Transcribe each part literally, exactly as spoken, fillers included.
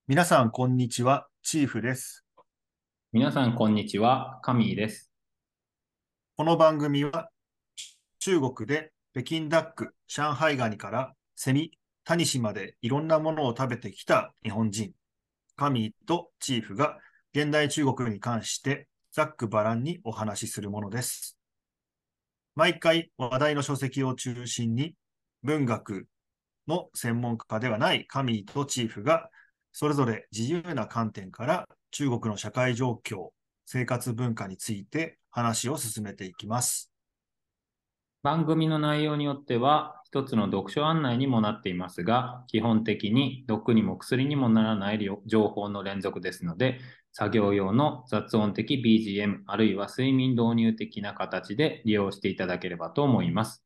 皆さん、こんにちは。チーフです。 皆さん、こんにちは。カミーです。 この番組は中国で北京ダック、上海ガニからセミ、タニシまでいろんなものを食べてきた日本人、カミーとチーフが現代中国に関してざっくばらんにお話しするものです。毎回話題の書籍を中心に文学の専門家ではないカミーとチーフがそれぞれ自由な観点から中国の社会状況、生活文化について話を進めていきます。 番組の内容によっては、一つの読書案内にもなっていますが、基本的に毒にも薬にもならない情報の連続ですので、作業用の雑音的 ビージーエム あるいは睡眠導入的な形で利用していただければと思います。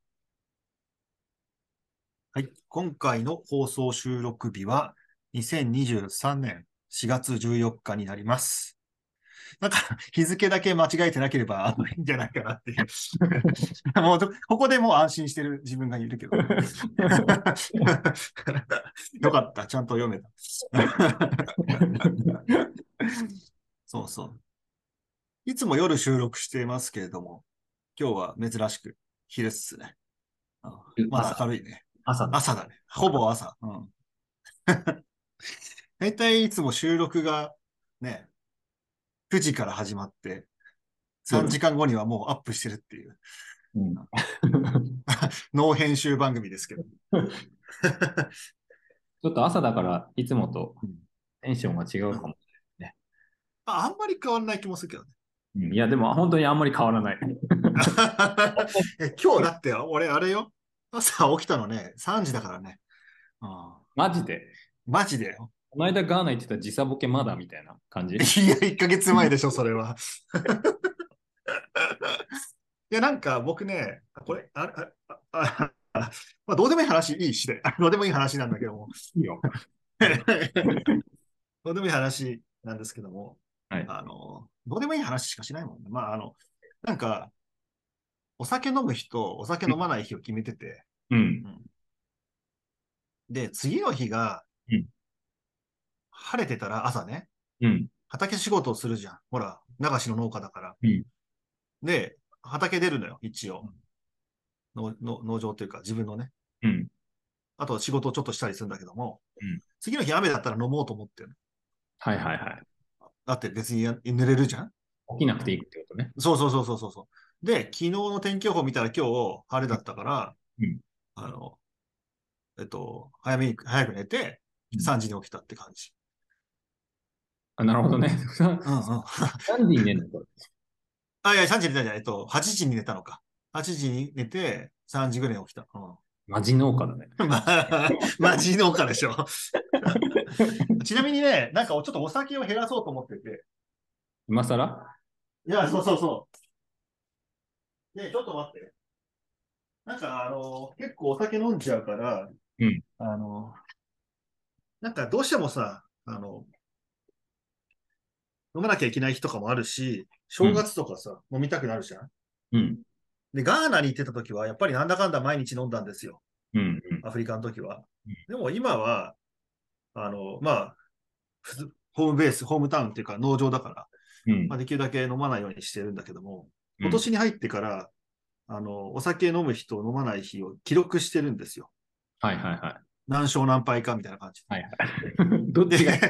はい、今回の放送収録日はにせんにじゅうさんねんしがつじゅうよっかになります。なんか日付だけ間違えてなければいいんじゃないかなっていうもうここでもう安心してる自分がいるけどねよかった。ちゃんと読めた。そうそう。いつも夜収録していますけれども、今日は珍しく昼っすね。まだ朝、 明るいね。 朝です。 朝だね。ほぼ朝。うん。大体いつも収録がね、くじから始まって3 夜。 時間後にはもうアップしてるっていう、 うん。 ノー編集番組ですけど。 ちょっと朝だからいつもとうん、 テンションが違うん、 うかもしれないね。 ああんまり変わらない気もするけどね。 うん、いや、でも本当にあんまり変わらない。 え今日だって俺あれよ。朝起きたのね、さんじだからね。うん、 マジで。 マジでよ。 この間ガーナ行ってた時差ボケまだみたいな感じ。 いや、いっかげつまえでしょ、それは。いや、なんか僕ね、これ、あ、あ、あ、あまあ、どうでもいい話、いいしで、どうでもいい話なんだけども、 いいよ。はい。 どうでもいい話なんですけども、 はい。 あの、どうでもいい話しかしないもんね。まあ、あの、なんか、お酒飲む日とお酒飲まない日を決めてて、 うん。 うん、で、次の日がうん。 晴れてたら朝ね、 うん。 畑仕事をするじゃん。ほら、流しの農家だから。 うん。 で、畑出るのよ、一応。農農農場というか、自分のね。 うん。 あと仕事をちょっとしたりするんだけども、 うん。 次の日雨だったら飲もうと思ってる。 はいはいはい。 だって別に寝れるじゃん。 起きなくていいうん、 ってことね。 そうそうそうそうそうそう。で、昨日の天気予報見たら今日晴れだったから、 うん。 あの、えっと、早めに、早く寝て、 うん。 さんじに起きたって感じ。 あ、なるほどね。 うんうん。 何時に寝るのこれ？ あ、いや、さんじに寝たじゃん。えっと、はちじに寝たのか。はちじに寝て、さんじぐらいに起きた。うマジ農家だね。 ん。まあ、マジ農家でしょ。ちなみにね、なんかちょっとお酒を減らそうと思ってて。 今更。 いや、そうそうそう。ね、ちょっと待って。なんか、あの、結構お酒飲んじゃうから、 うん。 あの、なんかどうしてもさ、あの、飲まなきゃいけない日とかもあるし、正うん。 月とかさ、飲みたくなるじゃん。 うん。 で、ガーナに行ってた時は、やっぱりなんだかんだ毎日飲んだんですよ。 うん。うん。 アフリカの時は。でも今は、あの、まあ、ホームベース、ホームタウンっていうか農場だから、 うん。 まあ、できるだけ飲まないようにしてるんだけども、 うん。 今年に入ってから、あの、お酒飲む日と飲まない日を記録してるんですよ。 はいはいはい。 何勝何敗かみたいな感じはいはい。どっで。 ちが。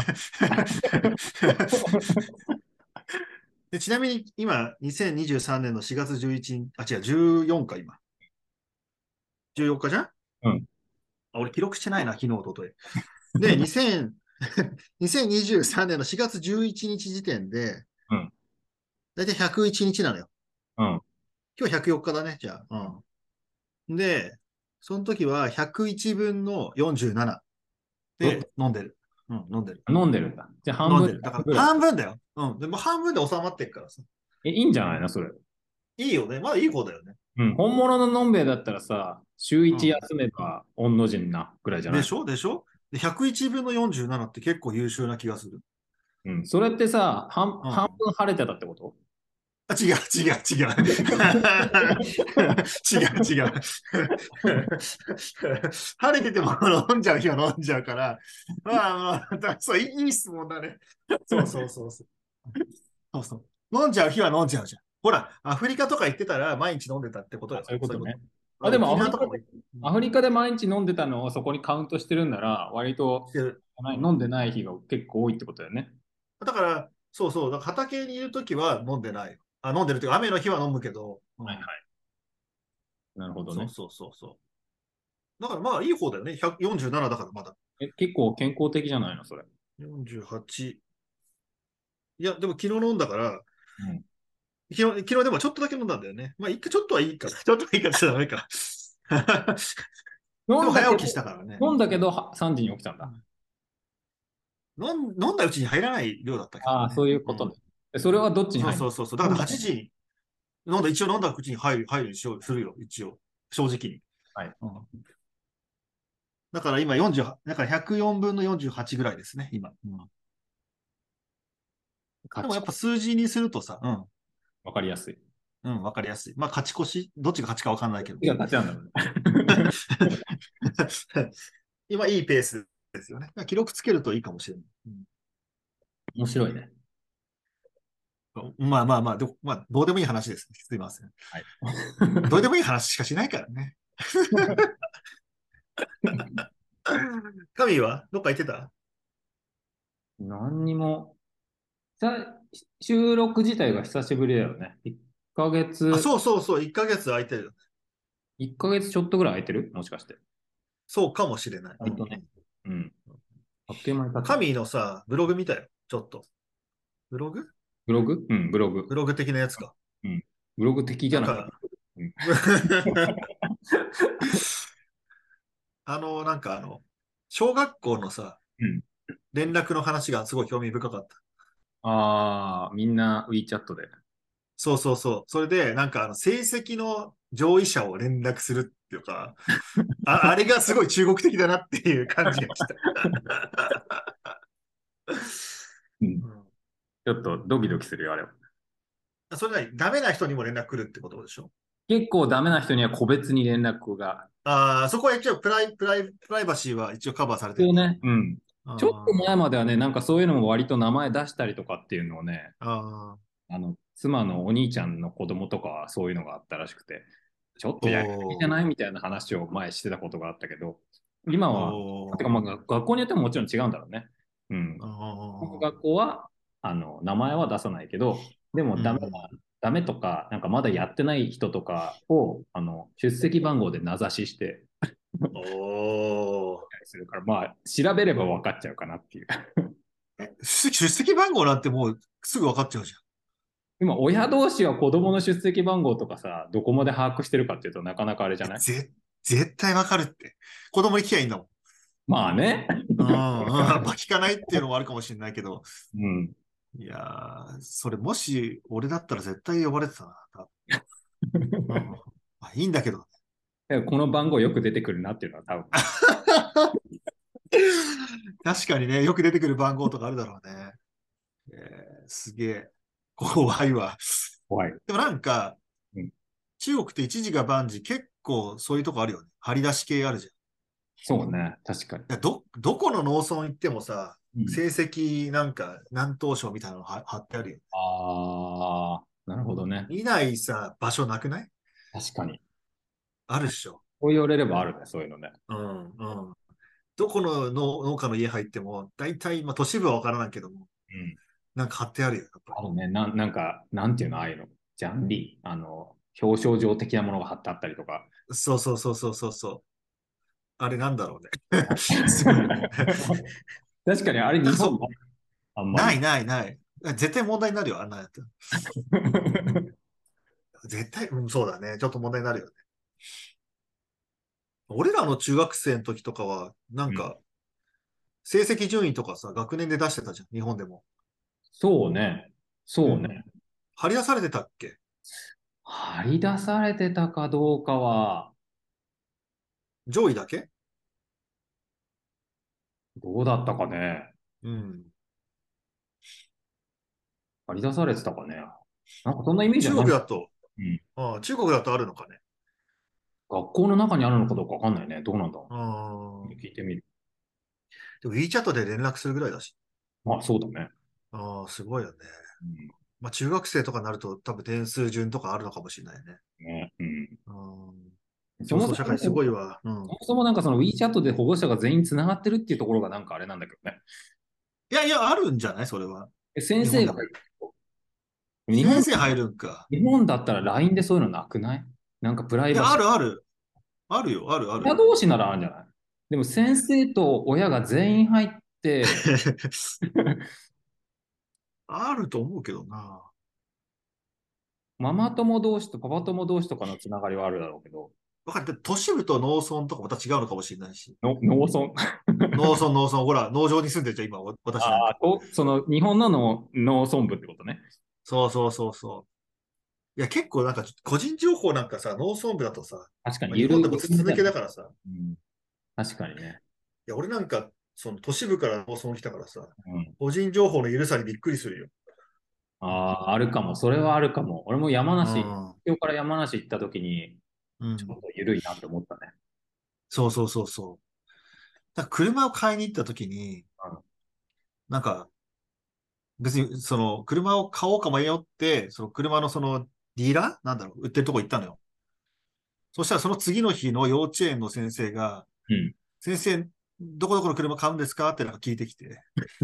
で、ちなみに今、にせんにじゅうさんねんのしがつじゅういちにち、あ、違う、じゅうよっか今。じゅうよっかじゃん。あ、 うん。 俺記録してないな、昨日、おととい。で、にせん、にせんにじゅうさんねんのしがつじゅういちにち時点で、 うん。 だいたいひゃくいちにちなのよ。 うん。 今日ひゃくよっかだね、じゃあ。うん。で、その時はひゃくいちぶんのよんじゅうななどっち？ で飲んでる。うん、飲んでる。 飲んでるんだ。じゃあ半分飲んでる。だからぐらい。 半分だよ。うん。でも半分で収まってるからさ。 え、いいんじゃないのそれ？ いいよね。まだいい方だよね。 うん。本物ののんべえだったらさ、週一うん。 休めば、御の字なぐらいじゃないの？ でしょでしょで、ひゃくいちぶんのよんじゅうななって結構優秀な気がする。 うん。それってさ、半、半うん。 分晴れてたってこと？ あ、違う、違う、違う。違う、違う。晴れてても飲んじゃう日は飲んじゃうから、まあまあ、だそう、いいいい質問だね。そうそうそうそう。そうそう。飲んじゃう日は飲んじゃうじゃん。ほら、アフリカとか行ってたら毎日飲んでたってことあ、 よ。 そういうことね。 そういうこと。 あ、 あ、 でも沖アフリカで、 縄とかも行うん、 アフリカで毎日飲んでたのをそこにカウントしてるんなら、割としてる。 ないうん。 飲んでない日が結構多いってことだよね。 だから、そうそう。だから畑にいるときは飲んでない。あ、飲んでるというか、雨の日は飲むけど、うん。 はいはい。なるほどね。 そうそうそうそう。だからまあいい方だよね。ひゃくよんじゅうななだからまだ。 え、結構健康的じゃないの、それ。 よんじゅうはち。いや、でも昨日飲んだから、 うん。 昨日、昨日でもちょっとだけ飲んだんだよね。まあ、一回ちょっとはいいか。ちょっとはいいかって言ったらダメか。でも飲んだけど、 早起きしたからね。 飲んだけどはさんじに起きたんだ。 飲ん、飲んだうちに入らない量だったけどああ、 ね。 そういううん。 ことね。えそれはどっちに入るそうそうそうそう。だから8 の？飲んだけど。 時に、飲んだ、一応飲んだうちに入る、入るようにしようするよ、一応。正直に。 はい。 うん。だから今よんじゅうはち、だからひゃくよんぶんのよんじゅうはちぐらいですね、今。うん。でもやっぱ勝ち越し。 数字にするとさ、うん。 わかりやすい。 うん、わかりやすい。まあ、勝ち越しどっちが勝ちかわかんないけど。 どっちが勝ちなんだろうね。 今いいペースですよね。記録つけるといいかもしれない。うん面白いね。 まあまあまあ、どまあ、どうでもいい話ですね。すいません。 はい。 どうでもいい話しかしないからね。神はどっか行ってた？ 何にも、さ、収録自体が久しぶりだよね。1ヶあ、 月、 そうそうそう、いっかげつ空いてる。 いっかげつちょっとぐらい空いてるもしかして。 そうかもしれない。うんう割とね。 ん。 うん。あっという間に経つね。 神のさ、ブログ見たよ。ちょっと。ブログブログうん、ブログ。 ブログ的なやつか。 うん。ブログ的じゃなくて。 なんか、 うん。 あの、なんかあの、小学校のさ、 うん。 連絡の話がすごい興味深かった。 ああ、みんな WeChat で。 そうそうそう。それで、なんかあの、成績の上位者を連絡するっていうか、あ、あれがすごい中国的だなっていう感じがした。 うん。 うん、 ちょっとドキドキするよ、あれは。 それなり、ダメな人にも連絡来るってことでしょ？ 結構ダメな人には個別に連絡が。 ああ、そこは一応プライ、プライ、プライバシーは一応カバーされてるんだ。 そうね。うん。ちょっと前あまではね、なんかそういうのも割と名前出したりとかっていうのをね、 あ、ああ、 あの、妻のお兄ちゃんの子供とかはそういうのがあったらしくて、ちょっとやりすぎじゃおー、 ないみたいな話を前してたことがあったけど、今は、てかまあおー、 が学校によってももちろん違うんだろうね。うん。 あ学あ、 校は、あの、名前は出さないけど、でもダメな、 うん、 ダメとか、なんかまだやってない人とかを、あの、出席番号で名指しして、 おー。 するから、まあ、調べれば分かっちゃうかなっていう。 え、出出席番号なんてもうすぐ分かっちゃうじ今、親同士は子供の出席番号とかさ、どこまで把握してるかっていうとなかなかあれじゃゃん。 ない？ ぜ、絶対分かるって。子供に聞きゃいいんだもん。 まあね。 うん、うん、まあ聞かないっていうのもあるかもしれないけど、 うん。 いやー、それもし俺だったら絶対呼ばれてたな。うん。あ、いいんだけど。 この番号よく出てくるなっていうのは多分。 確かにね、よく出てくる番号とかあるだろうね。えーすげえ。怖いわ。 怖い。 でもなんか、 うん、 中国って一時が万事結構そういうとこあるよね。張り出し系あるじゃん。いそうね。確かに。 やど、どこの農村行ってもさ、 うん。 成績なんか南東省みたいなのは貼ってあるよね。 ああ、なるほどね。 見ないさ、場所なくない？ 確かに。 あるっしょ。 こう言われればあるね、そういうのね。 うん、うん。どこの農農家の家入っても、大体、まあ都市部はわからないけども、 うん。 なんか貼ってあるよ、やっぱり。 あるね。な、なんか、なんていうの、ああいうの。ジャンリー、あの、表彰状的なものが貼ってあったりとか。 そうそうそうそうそうそう。あれなんだろうね。すごいよね。 確かにあれなんかそう、 日本ないあんまり。 ないないない。絶対問題になるよ、あんなやつ。絶対、うん、そうだね。ちょっと問題になるよね。俺らの中学生の時とかは、なうん。 んか、成績順位とかさ、学年で出してたじゃん、日本でも。 そうね。そうね。 うん。張り出されてたっけ？ 張り出されてたかどうかは、 上位だけ？ どうだったかね。 うん。 張り出されてたかね。 なんかそんなイメージ中はない。 国だと、 うん。 ああ、中国だとあるのかね。 学校の中にあるのかどうかわかんないね。どうなんだろあう。 あ、 聞いてみる。 でも WeChat で連絡するぐらいだし。 まあ、そうだね。 ああ、すごいよね。 うん。 まあ中学生とかになると多分点数順とかあるのかもしれないね。 ね。うん。 うん。 そもそも、 競争社会すごいわ。うん。 そもそもなんかその WeChat で保護者が全員つながってるっていうところがなんかあれなんだけどね。 いやいや、あるんじゃないそれは。 え先生が入日本でも。 る。日本、 先生入るんか。 日本だったら ライン でそういうのなくない？なんかプライいや、あバシー。 るある。あるよ、あるある。 親同士ならあるんじゃない？でも先生と親が全員入って、 あると思うけどな。 ママ友同士とパパ友同士とかのつながりはあるだろうけど、 わかって、都市部と農村とかまた違うのかもしれないし。 の農村。 農村、農村、ほら、農場に住んでるじゃん、今、わ私なんああ、 か。 と、その日本のの農村部ってことね。 そうそうそうそう。いや、結構なんか、個人情報なんかさ、農村部だとさ、 確かに、 まあ、日ゆる、 本でも筒抜ゆるめだよね。 けだからさ、 うん。確かにね。 いや、俺なんか、その都市部から農村に来たからさ、 うん。 個人情報の緩さにびっくりするよ。 ああ、あるかも。それはあるかも。俺も山梨、 うん。 東京から山梨行った時に、 うん。 ちょっと緩いなって思ったね。 そうそうそうそう。だから車を買いに行った時に、 うん。 なんか、別に、その、車を買おうか迷って、その車のその、ディーラーなんだろう、売ってるとこ行ったのよ。そしたらその次の日の幼稚園の先生が、 うん。 先生、どこどこの車買うんですかってなんか聞いてきて。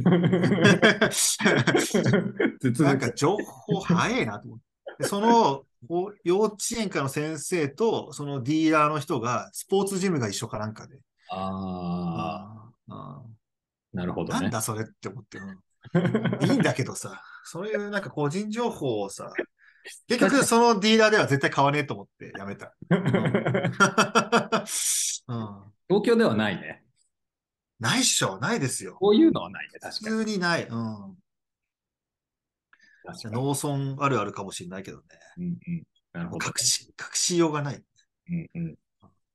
なん続く。 か情報早いなと思って。でその、こう幼稚園科の先生と、そのディーラーの人が、スポーツジムが一緒かなんかで。 ああ、 あーあー、 なるほどね。 なんだそれって思って。うん、いいんだけどさ、そういうなんか個人情報をさ、結局確かそのディーラーでは絶対買わねえと思ってやめた。 に。 うん。うん、 東京ではないね。 ないっしょ、ないですよ。 こういうのはないね、確かに。 普通にない。うん。 確かに。 農村あるあるかもしれないけどね。 うんうん。なるほどね。 隠し、隠しようがない。 うんうん。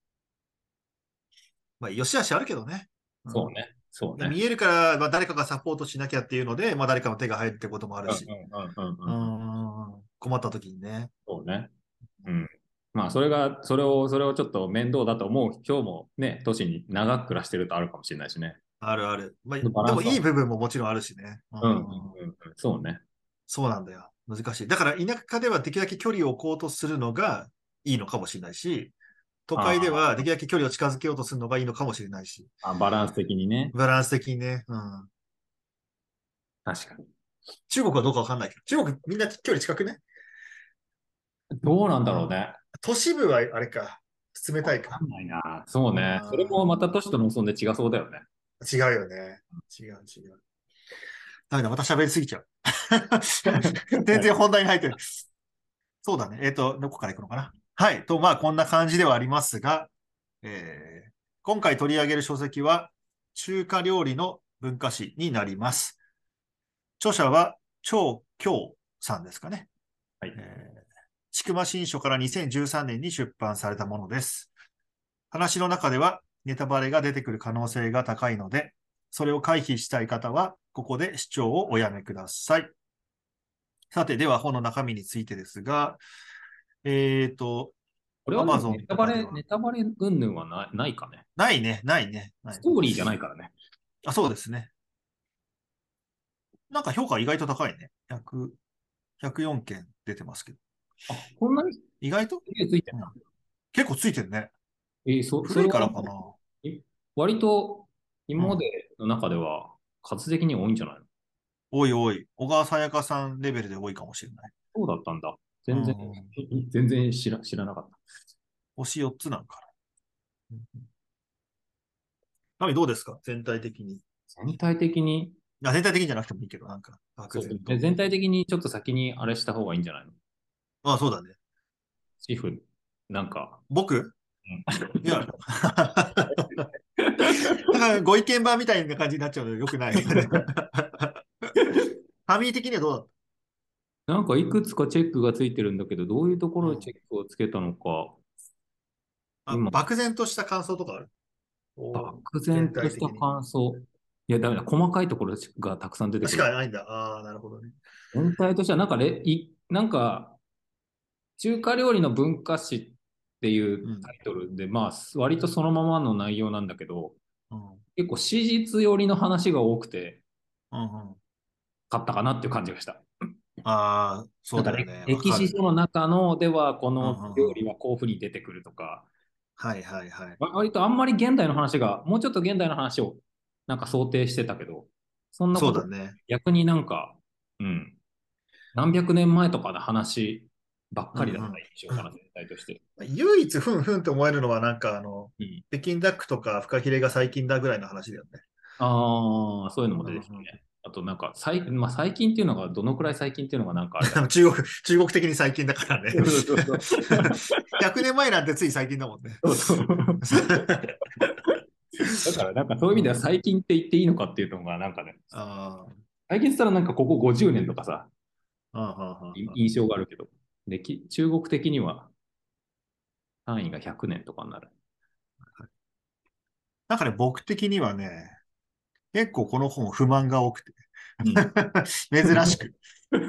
まあ、よしあしあるけどね。うん。 そうね。そうね。 で見えるから、まあ、誰かがサポートしなきゃっていうので、まあ、誰かの手が入るってこともあるうんし。 うんうんうんううん。 ん。困った時にね。 そうね。うん。まあ、それが、それを、それをちょっと面倒だと思う今日もね、都市に長く暮らしてるとあるかもしれないしね。 あるある。まあ、 バランスは。 でもいい部分ももちろんあるしね。ううんうんん。 うんうん。そうね。 そうなんだよ。難しい。だから田舎ではできるだけ距離を置こうとするのがいいのかもしれないし、都会ではできるだけ距離を近づけようとするのがいいのかもしれないし、 あ、バランス的にね。 バランス的にね。うん。 確かに。 中国はどうかわかんないけど、中国みんな距離近くね。 どうなんだろうあね。 都市部はあれか、冷たいか。 わかんないな。そうね。それもまたあ都市と農村で違そうだよね。 ー違うよね。違う違う。ダメだ、また喋りすぎちゃう。全然本題に入ってる。そうだね。えっ、と、どこから行くのかな。はい。と、まあ、こんな感じではありますが、えー今回取り上げる書籍は、中華料理の文化史になります。著者は、張京さんですかね。 はい。 えー、筑馬新書からにせんじゅうさんねんに出版されたものです。話の中では、ネタバレが出てくる可能性が高いので、それを回避したい方は、ここで視聴をおやめください。さて、では本の中身についてですが、えっ、と、 これはでも Amazon ネタバレ、 とかでは、 ネタバレ云々はな、ないかね。 ないね、ないね。ない。 ストーリーじゃないからね。 あ、そうですね。なんか評価意外と高いね。ひゃく、ひゃくよんけん出てますけど。 あ、こんなに意外と、 ついてんだ。 うん、結構ついてるね。 えーそ、そ古いれはからかな。 え割と今まうん。 での中では数的に多いんじゃないの？ 多い多い。小川さやかさんレベルで多いかもしれない。 そうだったんだ。 う全然、 ん。 全然知ら、知らなかった。 星よっつなんかな。うん。ナミどうですか全体的に。 全体的に、 あ、全体的にじゃなくてもいいけど、なんか、漠そう、 然と。 で全体的にちょっと先にあれした方がいいんじゃないの？ あ、そうだね。 シーフ、なんか、 僕うん。 いや、だからご意見番みたいな感じになっちゃうのでよくない。ファミリー的にはどうだっなんかいくつかチェックがついてるんだけど、どういうとこた？ ろうん。 でチェックをつけたのか、 あ、 今、 漠然とした感想とかある？おー、 漠然全とした体的に。 感想。いや、ダメだ。細かいところがたくさん出てくる。 しかないんだ。ああ、なるほどね。 全体としては、なんかレ、い、 なんか、中華料理の文化史っていううん。 タイトルで、まあ、割とそのままの内容なんだけど、 うん。 結構史実寄りの話が多くて、 うん。うん。 勝ったかなっていう感じがした。 ああ、 なんかれそうだよね。わかる。 歴史書の中のでは、こうん。うの料ん。うん。 理はこういうふうに出てくるとか、 はいはいはい。 わ割とあんまり現代の話が、もうちょっと現代の話をなんか想定してたけど、そんなこと、 そうだね。 逆になんか、うん、何百年前とかの話ばっかりだったうん。うん。 印象かな、全体として。 唯一ふんふんって思えるのはなんかあの、 うん。 北京ダックとかフカヒレが最近だぐらいの話だよね。 ああ、そういうのもうん。 出てきてうん。 ね。あとなんか、最、まあ、最近っていうのがどのくらい最近っていうのがなんかあれだけ中国、中国的に最近だからね。 ど。そうそうそう。 ひゃくねんまえなんてつい最近だもんね。 そうそう。だからなんかそういう意味ではうん。 最近って言っていいのかっていうのがなんかね、 あ最近って言ったらなんかここごじゅうねんとかさ、 あ、ああ、ああ、ああ。 い印象があるけど、歴中国的には単位がひゃくねんとかになる。 なんかね、僕的にはね、結構この本不満が多くてうん。 珍しく。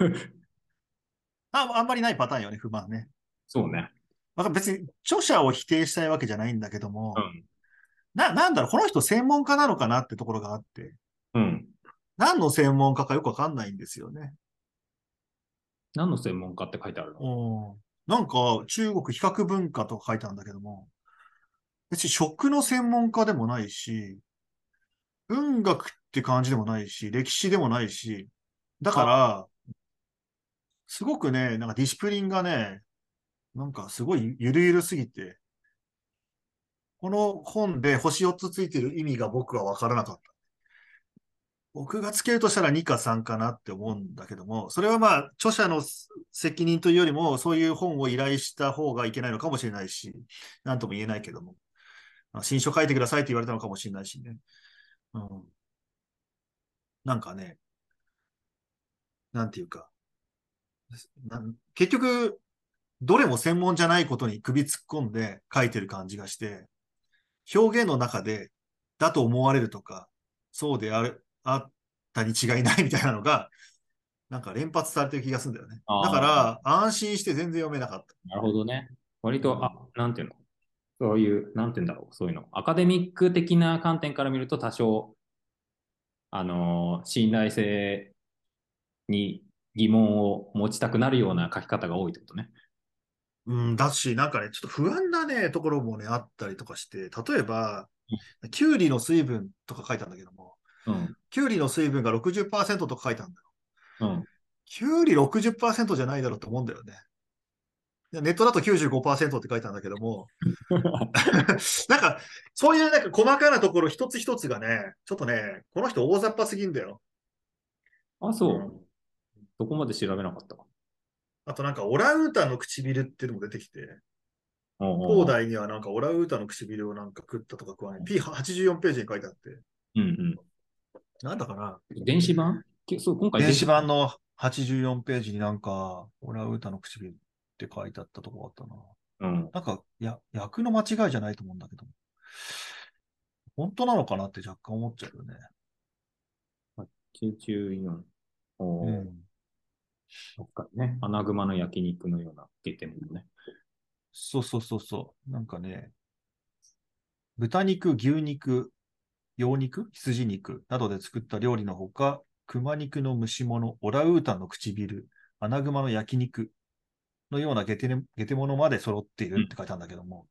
あ、あんまりないパターンよね、不満ね。 そうね。 まあ別に著者を否定したいわけじゃないんだけども、 うん。 な、なんだろう、この人専門家なのかなってところがあって、 うん。 何の専門家かよくわかんないんですよね。 何の専門家って書いてあるの？ うん。なんか、中国比較文化とか書いてあるんだけども、別に食の専門家でもないし、文学って感じでもないし、歴史でもないし、だかあ、 ら、すごくね、なんかディシプリンがね、なんかすごいゆるゆるすぎて、この本で星よっつついてる意味が僕はわからなかった。僕がつけるとしたらにかさんかなって思うんだけども、それはまあ、著者の責任というよりも、そういう本を依頼した方がいけないのかもしれないし、なんとも言えないけども、新書書いてくださいって言われたのかもしれないしね。うん、なんかね、なんていうか、なん結局、どれも専門じゃないことに首突っ込んで書いてる感じがして、表現の中で、だと思われるとか、そうである、あったに違いないみたいなのが、なんか連発されてる気がするんだよね。だかあー、 ら、安心して全然読めなかった。 なるほどね。割と、あ、 うん。 なんていうの、そういう、なんていうんだろう、そういうの。アカデミック的な観点から見ると多少、あのー信頼性に疑問を持ちたくなるような書き方が多いってことね。 うん、だし、なんかね、ちょっと不安なね、ところもね、あったりとかして、例えば、キュウリの水分とか書いたんだけども、 うん、 キュウリの水分がろくじゅっパーセントとか書いたんだよ。 うん。 キュウリろくじゅっパーセントじゃないだろうと思うんだよね。ネットだときゅうじゅうごパーセントって書いたんだけども、なんか、そういうなんか細かなところ一つ一つがね、ちょっとね、この人大雑把すぎんだよ。 あ、 うそう。 ん。 そこまで調べなかったわ。 あとなんかオランウータンの唇っていうのも出てきて、 おうおうおう。 東大にはなんかオランウータンの唇をなんか食ったとか食わない。ピーはちじゅうよん ページに書いてあって、 うんなんだかな。 うん。電子版けそう、今回電電子版。 子版のはちじゅうよんページになんか、オランウータンの唇って書いてあったとこあったな。 うん。 なんか、や、訳の間違いじゃないと思うんだけど、本当なのかなって若干思っちゃうよね。 はちじゅうよん。おー、 うん。 そっかね。穴熊の焼肉のようなゲテモノね。 そうそうそうそう。なんかね、豚肉、牛肉、羊肉、羊肉などで作った料理のほか、熊肉の蒸し物、オランウータンの唇、アナグマの焼肉のようなゲテネ、ゲテモノまで揃っているうん。 って書いてあるんだけども、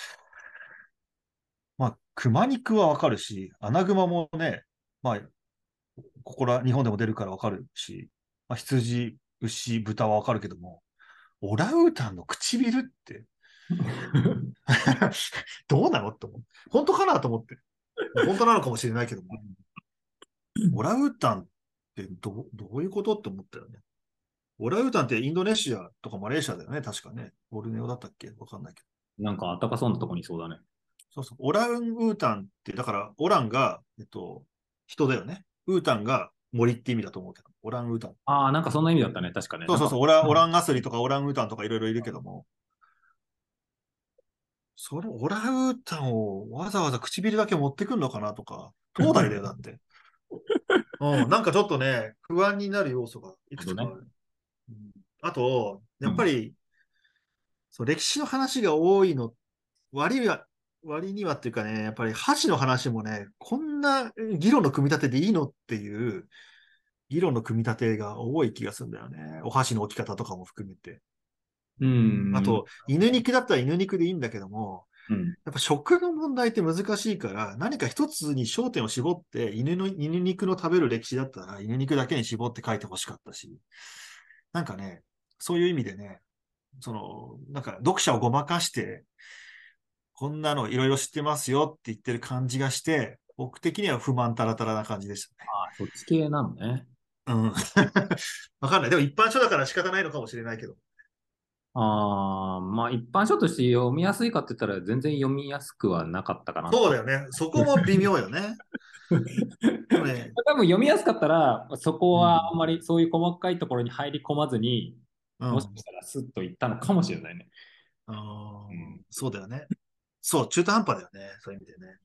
まあ、熊肉はわかるし、アナグマもね、まあ、ここら、日本でも出るからわかるし、まあ、羊、牛、豚はわかるけども、オランウータンの唇ってどうなのって思う。本当かなと思って。まあ、本当なのかもしれないけども、オランウータンってど、どういうことって思ったよね。オランウータンってインドネシアとかマレーシアだよね、確かね。ボルネオだったっけわかんないけど。 なんかあったかそうなとこにいそうだね。 そうそう。オランウータンって、だから、オランが、えっと、人だよね。ウータンが森って意味だと思うけど、オランウータン。 ああ、なんかそんな意味だったね。確かね。なんか、 そうそうそう、オラ、 うん。 オランアスリとかオランウータンとかいろいろいるけども、それ、オランウータンをわざわざ唇だけ持ってくんのかなとか、東大だよ、だって。うん、なんかちょっとね、不安になる要素がいくなるほどね。 つかある。うん、 あと、 うん。 やっぱり、そう歴史の話が多いの、割には、割にはっていうかね、やっぱり箸の話もね、こんな議論の組み立てでいいのっていう議論の組み立てが多い気がするんだよね。お箸の置き方とかも含めて。 うん。 あと、犬肉だったら犬肉でいいんだけども、 うん。 やっぱ食の問題って難しいから、何か一つに焦点を絞って、犬の、犬肉の食べる歴史だったら、犬肉だけに絞って書いてほしかったし、なんかね、そういう意味でね、その、なんか読者をごまかして、こんなのいろいろ知ってますよって言ってる感じがして、僕的には不満たらたらな感じでしたね。 ああ、そっち系なのね。 うん。わかんない。でも一般書だから仕方ないのかもしれないけど。 ああ、まあ一般書として読みやすいかって言ったら全然読みやすくはなかったかなって。 そうだよね。そこも微妙よね。でもね、 多分読みやすかったら、そこうん、 はあんまりそういう細かいところに入り込まずに、 うん。 もしかしたらスッといったのかもしれないね。 あーうん。 そうだよね。そう、中途半端だよね。そういう意味でね。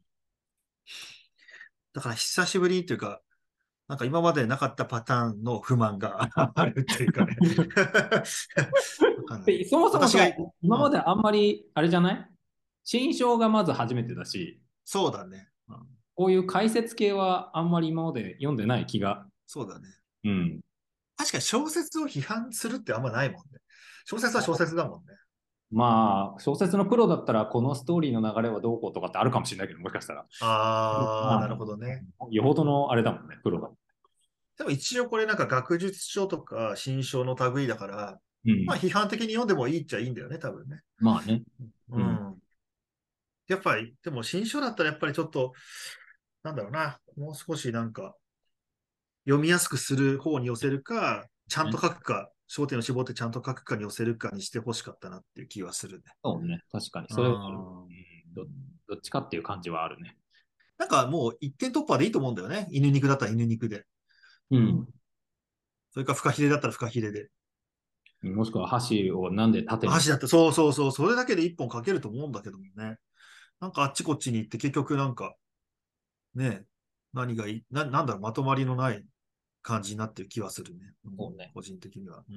だから久しぶりというか、なんか今までなかったパターンの不満があるっていうかね。わかんない。 で、そもそもさ、 私が、 今うん、 まであんまり、あれじゃない新章がまず初めてだし、 そうだね。うん、 こういう解説系はあんまり今まで読んでない気が。 そうだね。 うん。 確かに小説を批判するってあんまないもんね。小説は小説だもんね。 まあ、小説のプロだったら、このストーリーの流れはどうこうとかってあるかもしれないけど、もしかしたら。 あー、なまあ、 るほどね。 よほどのあれだもんね、プロが。 でも一応これなんか学術書とか新書の類だから、 うん。 まあ批判的に読んでもいいっちゃいいんだよね、多分ね。 まあね。うん。 うん。やっぱり、でも新書だったらやっぱりちょっと、なんだろうな、もう少しなんか読みやすくする方に寄せるか、ちゃんとね、 書くか、焦点を絞ってちゃんと書くかに寄せるかにしてほしかったなっていう気はするね。 そうね。確かに。 うそれはある。 ん。 うん、ど、どっちかっていう感じはあるね。 なんかもう一点突破でいいと思うんだよね。犬肉だったら犬肉で。 うん。 それからフカヒレだったらフカヒレで。 もしくは箸をなんで縦に。 箸だって、そうそうそう、それだけで一本書けると思うんだけどもね。なんかあっちこっちに行って結局なんかね、何がいい、な、なんだろう、まとまりのない感じになってる気はするね。うん、 そうね。 個人的には。うん、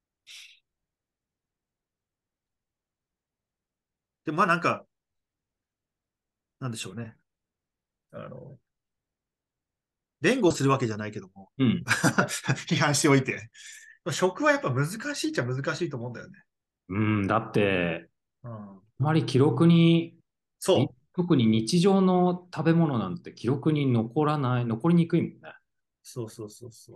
で、まあなんか、なんでしょうね。あの、弁護するわけじゃないけども、 うん。 批判しておいて。食はやっぱ難しいっちゃ難しいと思うんだよね。 うん。だって、 うん、 あまり記録に、にそう。 特に日常の食べ物なんて記録に残らない、残りにくいもんね。 そうそうそうそう。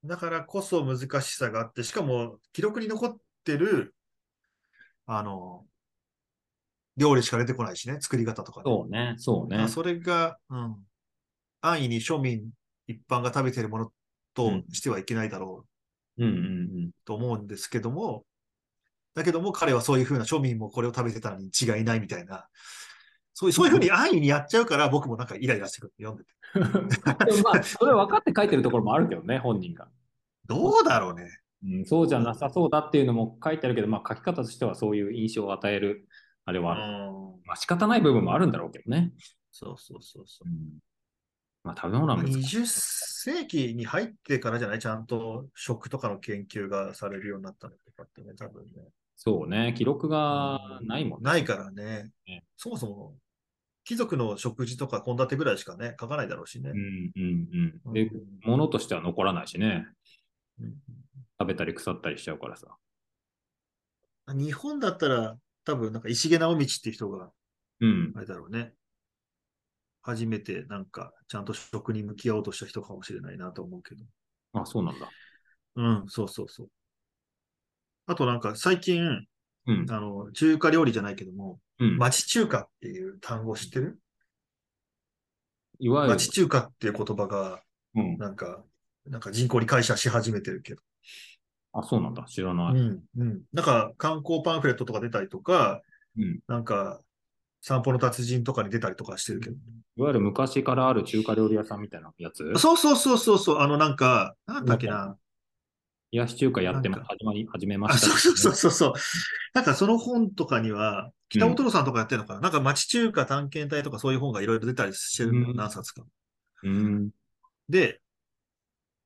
だからこそ難しさがあって、しかも記録に残ってる、あの、料理しか出てこないしね、作り方とかね。 そうね。そうね。 だからそれが、うん、安易に庶民一般が食べているものうん。 としてはいけないだろううんうんと思うんですけども、だけども彼はそういうふうな庶民もこれを食べてたのに違いないみたいな、そういう、そういうふうに安易にやっちゃうから僕もなんかイライラしてくる、読んでて。 うん。でもまあ、それ分かって書いてるところもあるけどね、本人が。 どうだろうね。 うん、そうじゃなさどそうだっていうのも書いてあるけど、まあ書き方としてはそういう印象を与える、あれうはある。 うん。 まあ仕方ない部分もあるんだろうけどね。 そうそうそうそう。 うん。まあ食べ物はまあ、 難しい。 にじゅっ世紀に入ってからじゃないちゃんと食とかの研究がされるようになったのとかってね、多分ね。 そうね、記録うがん、 ないもんね、そないからね。 うね。 そもそも貴族の食事とか献立ぐらいしかね、書かないだろうしね。 うんうんうん。で、 うん、 物としては残らないしね。 うん、 食べたり腐ったりしちゃうからさ。 日本だったら多分なんか石毛直道っていう人が、 うん。 あれだろうね。初めてなんかちゃんと食に向き合おうとした人かもしれないなと思うけど。 あ、そうなんだ。 うん、そうそうそう。あとなんか最近、 うん。 あの、中華料理じゃないけども、 うん。 町中華っていう単語知ってる？ いわゆる、 町中華っていう言葉が、 うん。 なんか、なんか人口に感謝し始めてるけど。 あ、そうなんだ。知らない。 うん、うん。なんか観光パンフレットとか出たりとか、 うん。 なんか散歩の達人とかに出たりとかしてるけど。 いわゆる昔からある中華料理屋さんみたいなやつ。 そうそうそうそうそう、あのなんか、なんだっなんかけな。 冷やし中華やってま、 なんか、 始まり、始めまあ、 した。 そうそうそうそうそう。なんかその本とかには、 うん。 北尾トロさんとかやってるのかななんか町中華探検隊とかそういう本がいろいろ出たりしてるんだよ、 うん。 何冊か。 うん。 で、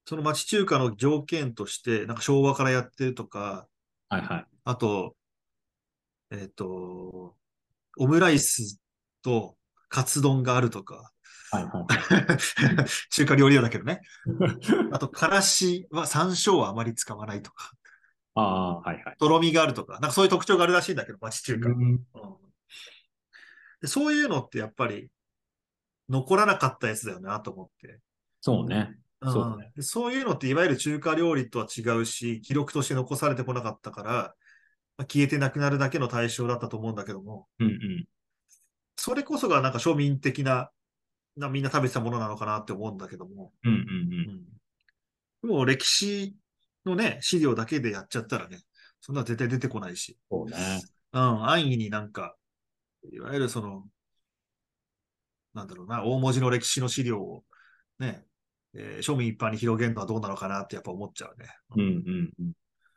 その町中華の条件として、なんか昭和からやってるとか、 はいはい。 あと、えっと、オムライスとカツ丼があるとか、 はいはいはい。 中華料理屋だけどね。あと、からしは山椒はあまり使わないとか、 ああ、はいはい。 とろみがあるとか、なんかそういう特徴があるらしいんだけど、町中華。 うん。 うん、でそういうのってやっぱり残らなかったやつだよなと思って。 そうね。そううん、 ね。 でそういうのっていわゆる中華料理とは違うし、記録として残されてこなかったから、まあ、消えてなくなるだけの対象だったと思うんだけども、 うんうん。 それこそがなんか庶民的な、なみんな食べてたものなのかなって思うんだけども、 うんうんうん。 うん、でも歴史のね、資料だけでやっちゃったらね、そんな絶対出てこないし、 そうね。 うん、安易になんか、いわゆるその、なんだろうな、大文字の歴史の資料をね、えー庶民一般に広げるのはどうなのかなってやっぱ思っちゃうね。うん、 うんうんうん。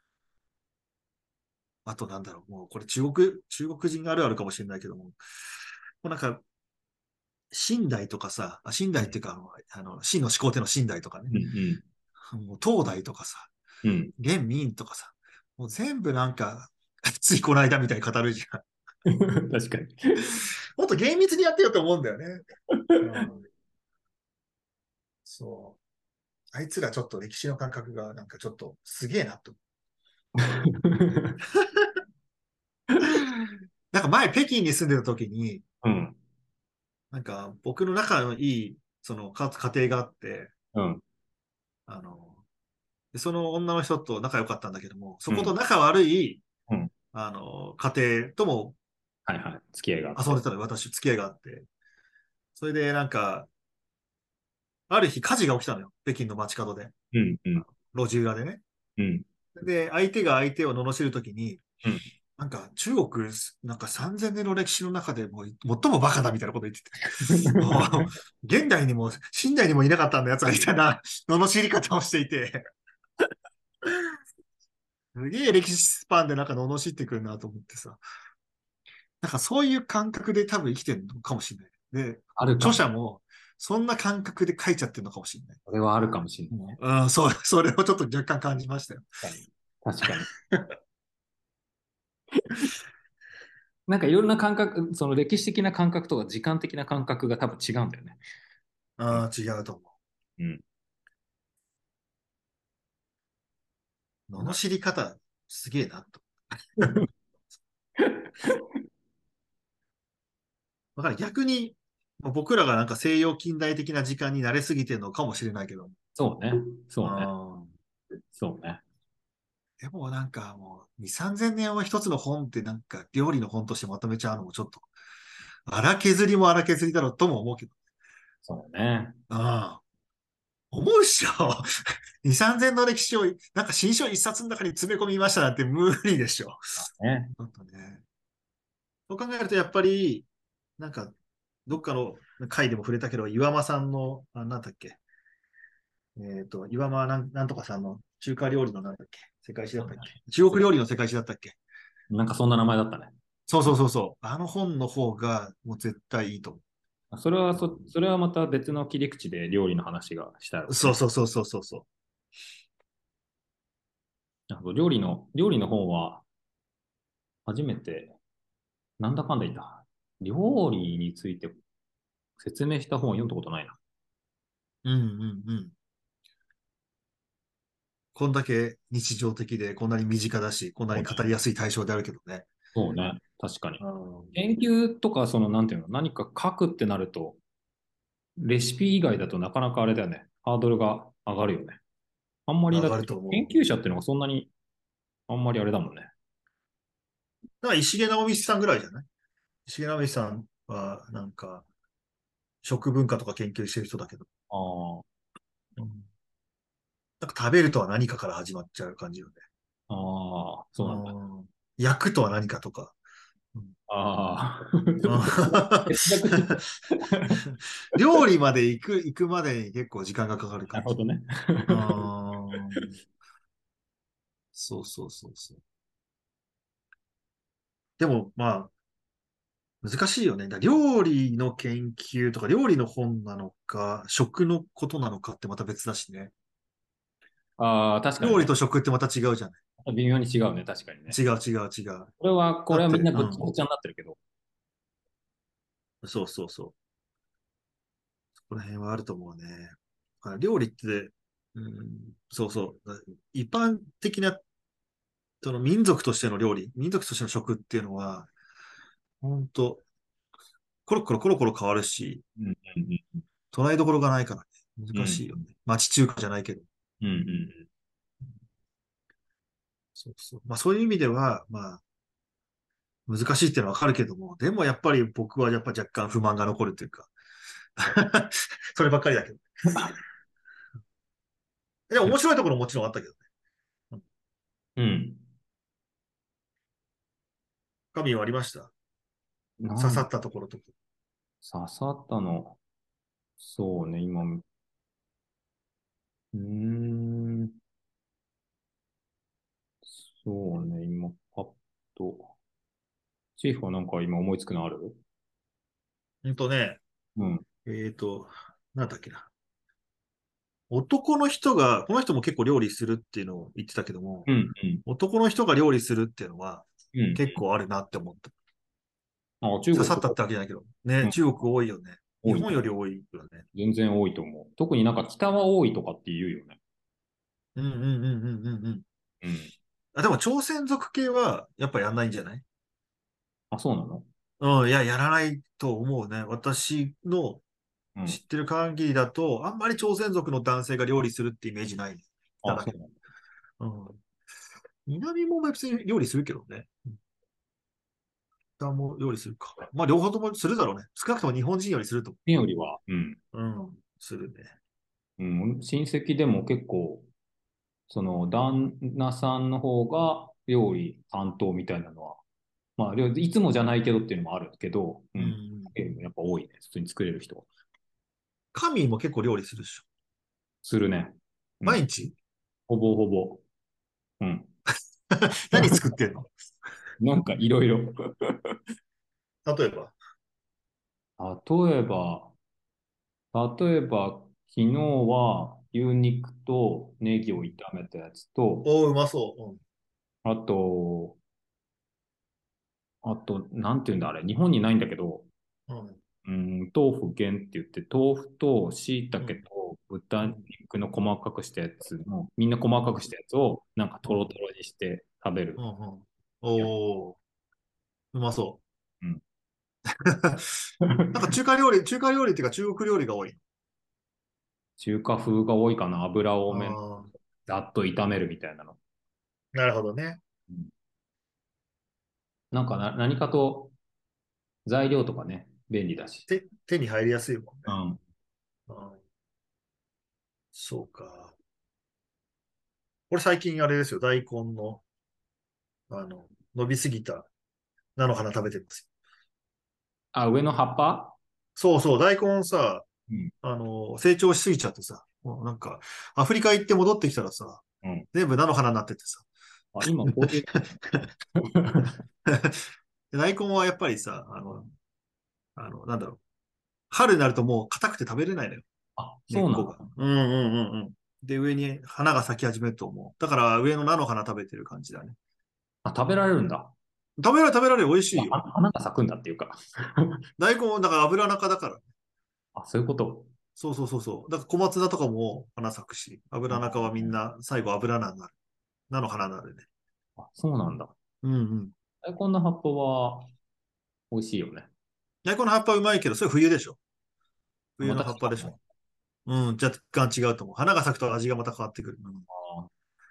あとなんだろう、もうこれ中国、中国人あるあるかもしれないけども、もうなんか、清代とかさ、あ清代っていうか、あの、あの清の始皇帝の清代とかね、 うんうんもう東代とかさ、 うん。 元明とかさ、もう全部なんか、ついこの間みたいに語るじゃん。 確かに。 もっと厳密にやってよと思うんだよね。うん、そう。あいつらちょっと歴史の感覚がなんかちょっとすげえなと。なんか前北京に住んでた時に、 うん。 なんか僕の仲のいいそのか家庭があって、 うん。 あの、でその女の人と仲良かったんだけども、そうん。 こと仲悪い、 うん。 あの、家庭ともはいはい。付き合いがあって。 遊んでたの、私、付き合いがあって。それでなんか、ある日火事が起きたのよ。北京の街角で。 うんうん路地裏でね。 うん。 で、相手が相手を罵るときに、 うん。 なんか中国、なんかさんぜんねんの歴史の中でもう最もバカだみたいなこと言ってて、ああ現代にも、近代にもいなかったんだやつがいたな、罵り方をしていて、すげえ歴史スパンでなんか罵ってくるなと思ってさ、なんかそういう感覚で多分生きてるのかもしれない。で、著あるかも。 者もそんな感覚で書いちゃってるのかもしれない。 それはあるかもしれないね。 うん、そう、それをちょっと若干感じましたよ。 確かに。確かに。なんかいろんな感覚、その歴史的な感覚とか時間的な感覚が多分違うんだよね。うん。 ああ、違うと思うん。 う。罵り方、すげえなと。だから逆に、僕らがなんか西洋近代的な時間に慣れすぎてるのかもしれないけど、 そうね。そうね。 あそうね。 でもなんかもうに、さんぜんねんを一つの本ってなんか料理の本としてまとめちゃうのもちょっと荒削りも荒削りだろうとも思うけど、 そうね。 ああ、思うっしょ。に、さんぜんの歴史をなんか新書一冊の中に詰め込みましたなんて無理でしょ。 ね。 ほんとね。そう考えるとやっぱり、なんかどっかの回でも触れたけど、岩間さんの、あ、なんだっけ、えっと、岩間なんなんとかさんの中華料理のなんだっけ、世界史だったっけ、中国料理の世界史だったっけ。 なんかそんな名前だったね。 そうそうそうそう。あの本の方がもう絶対いいと思それはそ、それはまた別の切り口で料理の話がしたう。 ろうね。 そうそうそうそうそうそなるほど。料理の、料理の本は初めて、なんだかんだ言った。料理について説明した本を読んだことないな。 う。うんうんうん。こんだけ日常的で、こんなに身近だし、こんなに語りやすい対象であるけどね。 そうね。確かに。 うん、 研究とか、その、なんていうの、何か書くってなると、レシピ以外だとなかなかあれだよね。ハードルが上がるよね。あんまり、 上だって、 がると思う。 研究者っていうのがそんなに、あんまりあれだもんね。 だから石毛直美さんぐらいじゃない？石毛直美さんは、なんか、食文化とか研究してる人だけど。 ああ、 うん、なんか食べるとは何かから始まっちゃう感じよね。 ああ、そうなんだ。 うん。焼くとは何かとか。うん。 ああ、 うん哲学的。 料理まで行く、行くまでに結構時間がかかる感じ。 なるほどね。 うん。そうそうそうそう。でも、まあ、難しいよね。だ料理の研究とか、料理の本なのか、食のことなのかってまた別だしね。 ああ、確かにね。 料理と食ってまた違うじゃない。 微妙に違うね、確かにね。 違う違う違う。 これは、これはみんだって、うん。 なごっちゃごちゃになってるけど。 そうそうそう。この辺はあると思うね。だから料理って、うん、そうそう。一般的な、その民族としての料理、民族としての食っていうのは、本当コロコロコロコロ変わるし、 うんうん捉えどころがないからね。 うん。うん。 難しいよね。町中華じゃないけど。 うんうんそうそう。まあそういう意味では、まあ難しいっていうのはわかるけども、でもやっぱり僕はやっぱ若干不満が残るというかそればっかりだけど。でも面白いところももちろんあったけどね。 うん。うん。 神はありました。刺さなんったところとか。 刺さったの。そうね、今、うーん、そうね、今、パッと。チーフはなんか今思いつくのある？ ほんとね、 うん。 えーと、なんだっけな。男の人が、この人も結構料理するっていうのを言ってたけども、 うん、うん、 男の人が料理するっていうのはうん。 結構あるなって思った。 あ、中国とか、 刺さったってわけじゃないけど。ね、 うん、 中国多いよね。日多いね。 本より多いよね。 全然多いと思う。特になんか北は多いとかって言うよね。 うんうんうんうんうんうん。 うん。 あ、でも朝鮮族系はやっぱやんないんじゃない？ あ、そうなの？ うん、いや、やらないと思うね。私のうん。 知ってる限りだと、あんまり朝鮮族の男性が料理するってイメージない。北あ、 だけど。 そうなの？ うん。南も別に料理するけどね。北も料理するか。まあ、両方ともするだろうね。少なくとも日本人よりすると日本よりは、うん。 思う。うん、するね。 うん、親戚でも結構、その旦那さんの方が料理担当みたいなのは、まあ、料いつもじゃないけどっていうのもあるけど、ううん。 ん。 やっぱ多いね。普通に作れる人は。 カミーも結構料理するでしょ。 するね。うん。 毎日ほぼほぼ。うん。 何作ってんの？ なんかいろいろ。 例えば。 例えば、例えば、昨日は牛肉とネギを炒めたやつと、 おー、うまそあと、あと、なんていうんだあれ、日本にないんだけど、 う。うん。うん。 うん、豆腐源って言って、豆腐と椎茸うん。 と豚うん。 肉の細かくしたやつの、みんな細かくしたやつを、なんかトロうん。 トロにして食べる。 うん。おー、うまそう。 うん。 なんか中華料理、中華料理っていうか中国料理が多い。 中華風が多いかな。油多めの、 ああ、 ざっと炒めるみたいなの。 なるほどね。 うん、なんかな、何かと材料とかね、便利だし。 手、手に入りやすいもんね。 うん。 うん、そうか。これ最近あれですよ。大根の、あの、伸びすぎた菜の花食べてるんですよ。 あ、上の葉っぱ？ そうそう、大根さ、 うん。 あの、成長しすぎちゃってさ、もうなんか、アフリカ行って戻ってきたらさ、 うん。 全部菜の花になっててさ。 あ、今こういう。 で大根はやっぱりさ、あの、あの、なんだろう。春になるともう硬くて食べれないのよ。 あ、 根っこが。 そうなの？ うんうんうんうん。で、上に花が咲き始めると思う。だから上の菜の花食べてる感じだね。 あ、食べられるんだ。 食べられる食べられる美味しいよ。 あ、花が咲くんだっていうか。 大根、だから油中だから。 あ、そういうこと。 そうそうそうそう。だから小松菜とかも花咲くし、油中はみんあな最後油菜になる。菜の花になるね。 あ、そうなんだ。 うんうん。 大根の葉っぱは美味しいよね。 大根の葉っぱうまいけど、それ冬でしょ。冬のまた違葉っぱでしょ。 うの？ うん、若干違うと思う。花が咲くと味がまた変わってくる。うん、 あ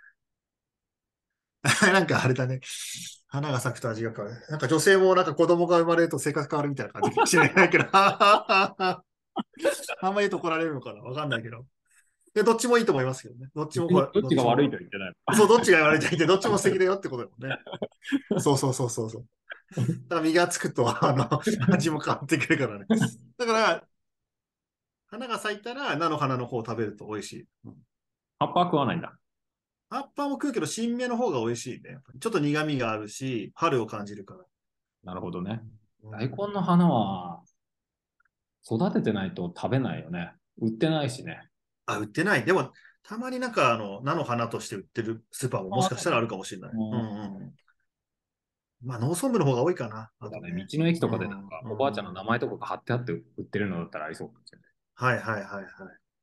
なんかあれだね。花が咲くと味が変わる。なんか女性もなんか子供が生まれると性格変わるみたいな感じかもしれないけど。あんまり言うと怒られるのかなわかんないけど。で、どっちもいいと思いますけどね。どっちも別にこれ、 どっちが悪いどっちも。 とは言ってない。 そう、どっちが言われていて、どっちも素敵だよってことだもんね。そうそうそうそうそう。だから実がつくと、あの、味も変わってくるからね。だから、花が咲いたら、菜の花の方を食べると美味しい。うん、 葉っぱは食わないんだ。 葉っぱも食うけど、新芽の方が美味しいね。ちょっと苦味があるし、春を感じるから。 なるほどね。 うん、 大根の花は育ててないと食べないよね。売ってないしね。 あ、売ってない。でも、 たまになんか、あの、菜の花として売ってるスーパーももしかしたらあるかもしれない。うんうん。まあ、農村部の方が多いかな。 そうだね。 あとね。 道の駅とかでなんうん、 かおばあちゃんのうん。 名前とかが貼ってあって売ってるのだったらありそうかもしれない。 はいはいはいはい。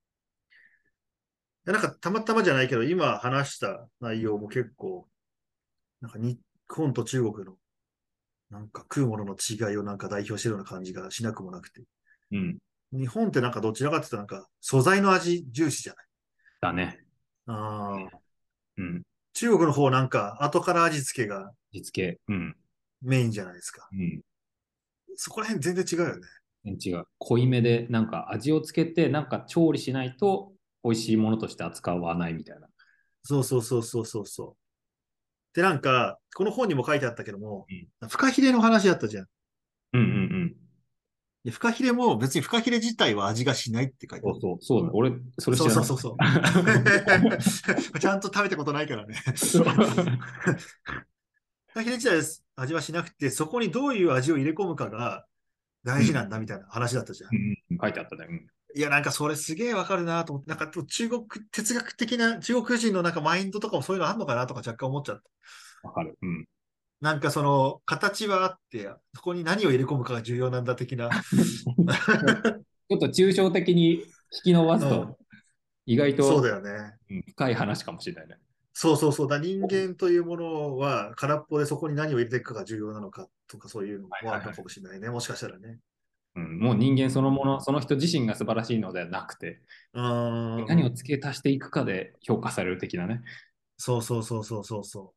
やなんかたまたまじゃないけど、今話した内容も結構、なんか日本と中国のなんか食うものの違いをなんか代表してるような感じがしなくもなくて。 うん。 日本ってなんかどちらかっていうとなんか素材の味重視じゃない。 だね。 ああ、 うん。 中国の方なんか後から味付けが味付け。うん。 メインじゃないですか。 うん。 そこら辺全然違うよね。 全然違う。濃いめで、なんか味をつけて、なんか調理しないと美味しいものとして扱わないみたいな。 そうそうそうそうそうそう。でなんか、この本にも書いてあったけども、 うん。 フカヒレの話あったじゃん。 うんうんうん。 でフカヒレも別にフカヒレ自体は味がしないって書いてある。 そうそう、そうね。俺、それ知そうらなかっそうそうそう。 た。 ちゃんと食べたことないからね。 そう。 フカヒレ自体です味はしなくて、そこにどういう味を入れ込むかが大事うん。 なんだみたいな話だったじゃん。 うんうん、書いてあったね。うん。 いや、なんかそれすげえわかるなと思って、なんか中国哲学的な中国人のなんかマインドとかもそういうのあんのかなとか若干思っちゃった。 わかる。うん。 なんかその形はあって、そこに何を入れ込むかが重要なんだ的な。 ちょっと抽象的に引き伸ばうん。 すと、意外そうだと、 よね。 うん、深い話かもしれないね。 そうそうそう。だ人間というものは空っぽでそこに何を入れていくかが重要なのかとかそういうのはいはいはい。 もあるのかもしれないね。もしかしたらね。 うん、もう人間うん。 そのもの、その人自身が素晴らしいのではなくて、 うーん。 何を付け足していくかで評価される的なね。 そうそうそうそうそうそう。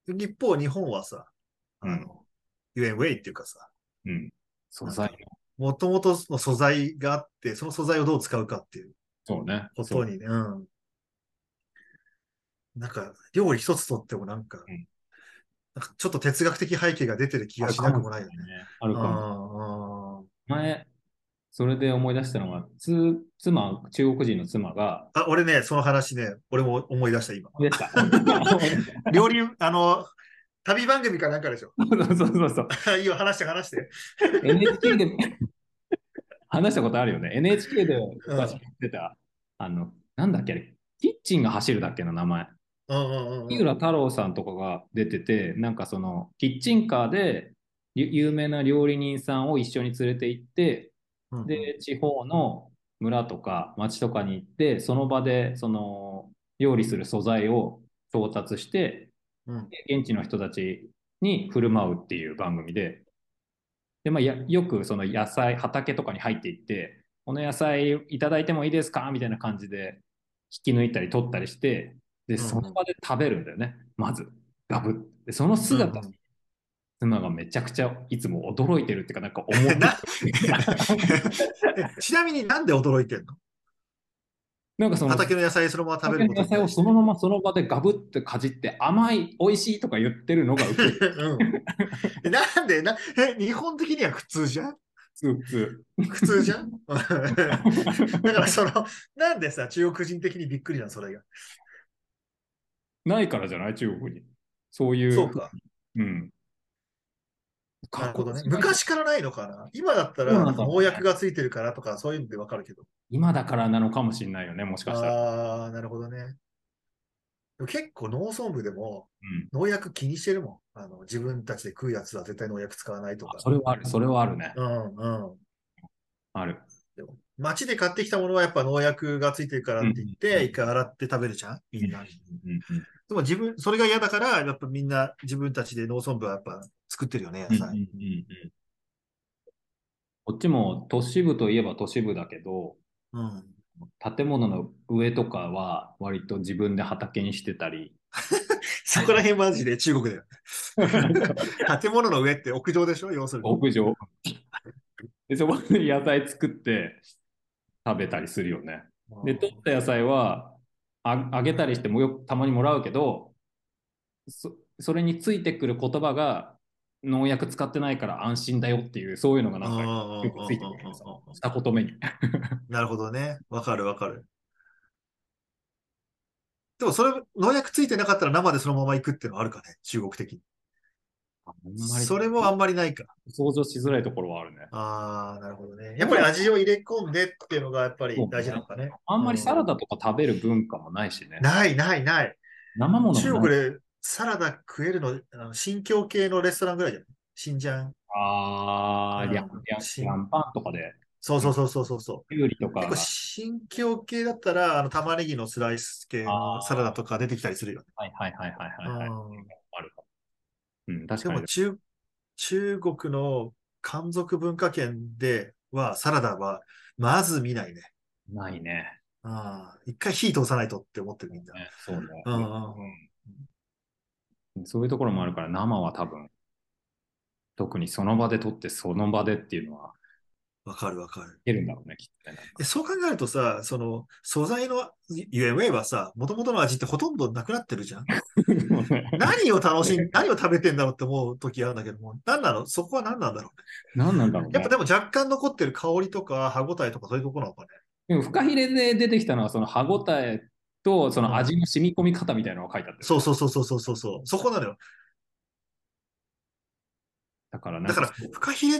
一方、日本はさ、 うん。 あの、ユエンウェイっていうかさ、 うん。素なんか、 材の。 もともとの素材があって、その素材をどう使うかっていうそうね。そう。 ことにね、うん。なんか、料理一つとってもなんか、 うん。 なんかちょっと哲学的背景が出てる気がしなあるかもしくもないよね。 れないね。あるあかも。 ーあー。 前、それで思い出したのが、つ、妻、中国人の妻が、 あ、俺ね、その話ね、俺も思い出した、今。 思い出した。思い出した。 料理、あの、旅番組かなんかでしょ。 そうそうそうそう。 いいよ、話して話して。 エヌエイチケー で話したことあるよね。エヌエイチケー で昔やうん。 ってた、あの、なんだっけあれ、キッチンが走るだっけの名前。 うんうんうんうん。 井浦太郎さんとかが出てて、なんかその、キッチンカーでゆ有名な料理人さんを一緒に連れて行って、 うんで、地方の村とか町とかに行って、その場でその料理する素材を調達して、 うん。うん。 で現地の人たちに振る舞うっていう番組で、で、まあ、や、よくその野菜、畑とかに入っていって、この野菜いただいてもいいですかみたいな感じで引き抜いたり取ったりして、で、そのうんうん。 場で食べるんだよね。まず、ガブッ。で、その姿、 うんうん。 妻がめちゃくちゃいつも驚いてるっていうか、なんか面白な、 い。 ちなみになんで驚いてんの？ なんかその、 畑の野菜そのまま食べること畑の野菜をに対して。 そのままその場でガブッてかじって甘い、美味しいとか言ってるのがウケる。 うん。なんでな、え、日本的には普通じゃん？ 普通。 普通じゃん？だからその、なんでさ、中国人的にびっくりなの、それが。 ないからじゃない中国に。そういうふうそうか。 に。うん。加工なるほどね。 しないと。 昔からないのかな？今だったら、 そうななんか農薬んだろうね。 がついてるからとか、そういうのでわかるけど。 今だからなのかもしれないよね、もしかしたら。 あー、なるほどね。でも結構農村部でもうん。 農薬気にしてるもん。あの、自分たちで食うやつは絶対農薬使わないとあ、 か。 それはある、それはあるね。 うんうん。 ある。 でも街で買ってきたものはやっぱ農薬がついてるからうん。 って言って、 うん。 一回洗って食べるじゃんみうん。 んな。 うん。うん。 でも自分、それが嫌だから、やっぱみんな自分たちで農村部はやっぱ作ってるよね、野うん。うん。 菜。 うん。こっちも都市部といえば都市部だけど、 うん。 建物の上とかは割と自分で畑にしてたり、 そこら辺マジで中国だよ。建物の上って屋上でしょ要するに。 屋上。で、そこで野菜作って食べたりするよね。で、取った野菜はあ、あげたりしてもよくたまにもらうけど、そ、それについてくる言葉が農薬使ってないから安心だよっていう、そういうのがうんなんかよくついてくるの、そのうんうんうんうんうん。 二言目に。 なるほどね。わかるわかる。でもそれ、農薬ついてなかったら生でそのまま行くっていうのはあるかね中国的に。 あんまりそれもあんまりないか。 想像しづらいところはあるね。 ああ、なるほどね。やっぱり味を入れ込んでっていうのがやっぱり大事なそうね。 のかね。 あんまりサラうん。 ダとか食べる文化もないしね。 ない、ない、ない。 生ものもない。 中国でサラダ食えるの、あの新疆系のレストランぐらいじゃない？新疆。 あー、リャン、 うん。 リャン、リャ新、 ンパンとかで、うん、 そうそうそうそうそうそう。 きゅうりと結構か、 新疆系だったら、あの、玉ねぎのスライス系のサラダあとか出てきたりするよね。 ー、はいはいはいはいはいはい。 うん。 あるかも。うん、確かに。 でも中、中国の漢族文化圏では、サラダはまず見ないね。 ないね。 ああ、一回火通さないとって思ってるみんな。 ね、そうね。 うんうんうん。 うん、そういうところもあるから、生は多分、特にその場で取ってその場でっていうのは、 わかるわかる。 いけるんだろうね、きっとね。なんか。 でそう考えるとさ、その素材のゆえんはさ、元々の味ってほとんどなくなってるじゃん。何を楽しん、何を食べてんだろうって思う時あるんだけども、何なのそこは何なんだろうね。 何なんだろうね。 やっぱでも若干残ってる香りとか歯ごたえとかそういうところなのかね。 でも、フカヒレで出てきたのは、その歯ごたえと、そのうん。 味の染み込み方みたいなのが書いてあったよね。 そうそうそうそうそうそうそう。そこなのよ。 だから、なんか、 だから、フカヒレって、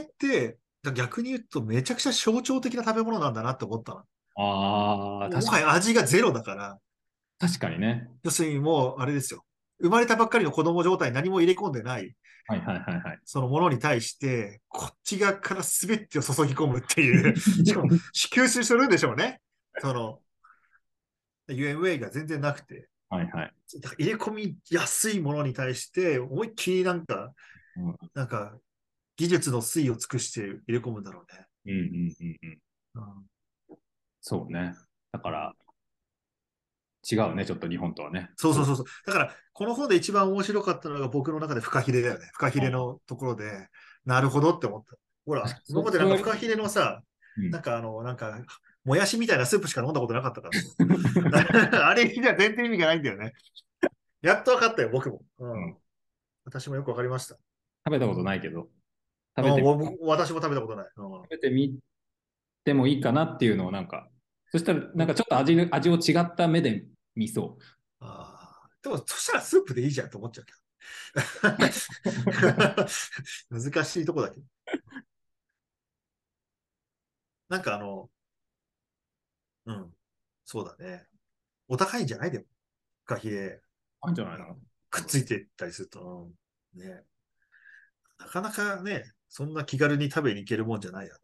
逆に言うとめちゃくちゃ象徴的な食べ物なんだなって思ったの。 ああ、 もうもは確かに、 や味がゼロだから、 確かにね。 要するにもう、あれですよ。生まれたばっかりの子供状態に何も入れ込んでない、 はいはいはいはい。 そのものに対して、こっち側から全てを注ぎ込むっていう、しかも、吸収するんでしょうね。その、ユーエムエー が全然なくて。 はいはい。 だから入れ込みやすいものに対して、思いっきりなんか、 うん、 なんか、技術の粋を尽くして入れ込むんだろうね。 うんうんうんうん。 うん、 そうね。だから、違うね、ちょっと日本とはね。そう。 そうそうそうそう。だから、この本で一番面白かったのが僕の中でフカヒレだよね。フカヒレはい、 のところで、なるほどって思った。ほら、 確かに、そ、 今までそうやり、 なんかフカヒレのさ、 うん。 なんかあの、なんか、もやしみたいなスープしか飲んだことなかったからさ。あれじゃ全然意味がないんだよね。やっと分かったよ、僕も。ううん、 ん。私もよく分かりました。 食べたことないけど、食べうん、 てみ、 僕私も食べたことない。うん、 食べてみてもいいかなっていうのをなんか、そしたらなんかちょっと味の、味を違った目で見そあーでも、そしたらスープでいいじゃんと思っちゃうけど。難しいとこだけど。なんかあの、うん。そうだね。お高いんじゃないでも。フカヒレ。 う。あるんじゃないの？多分。 くっついていったりすると。うん、ね。なかなかね、そんな気軽に食べに行けるもんじゃないよね。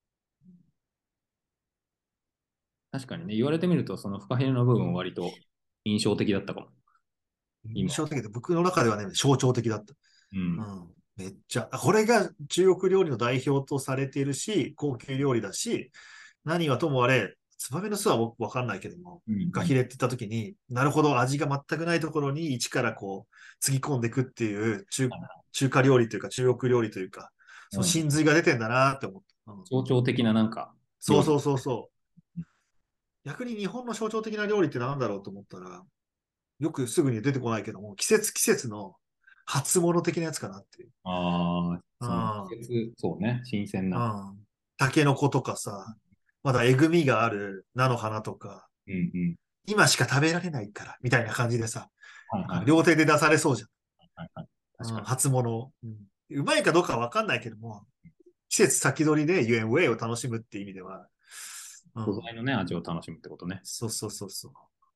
確かにね、言われてみると、そのフカヒレの部分割と印象的だったかも。今。 印象的で、僕の中ではね、象徴的だった。 うん。 うん。めっちゃ。あこれが中国料理の代表とされているし、高級料理だし、何はともあれ、ツバメの巣は僕わかんないけども、 うんうん。 フカヒレって言った時に、なるほど、味が全くないところに一からこう、つぎ込んでいくっていう中、中華料理というか中国料理というか、そのうん。 真髄が出てんだなって思った。うん、 象徴的ななんか料理。 そうそうそうそう。逆に日本の象徴的な料理って何だろうと思ったら、よくすぐに出てこないけども、季節季節の初物的なやつかなっていう。 ああ、その季あ節、そうね、新鮮な。 あ、うん。タケノコとかさ、まだえぐみがある菜の花とか、 うんうん。 今しか食べられないから、みたいな感じでさ、 はいはいはい。 なんか両手で出されそうじはいはい。 ゃん。うん、 確かに。 初物。うん。うまいかどうかわかんないけども、季節先取りで ユーエムエー を楽しむっていう意味では、うん。 素材のね、味を楽しむってことね。 そうそうそうそう。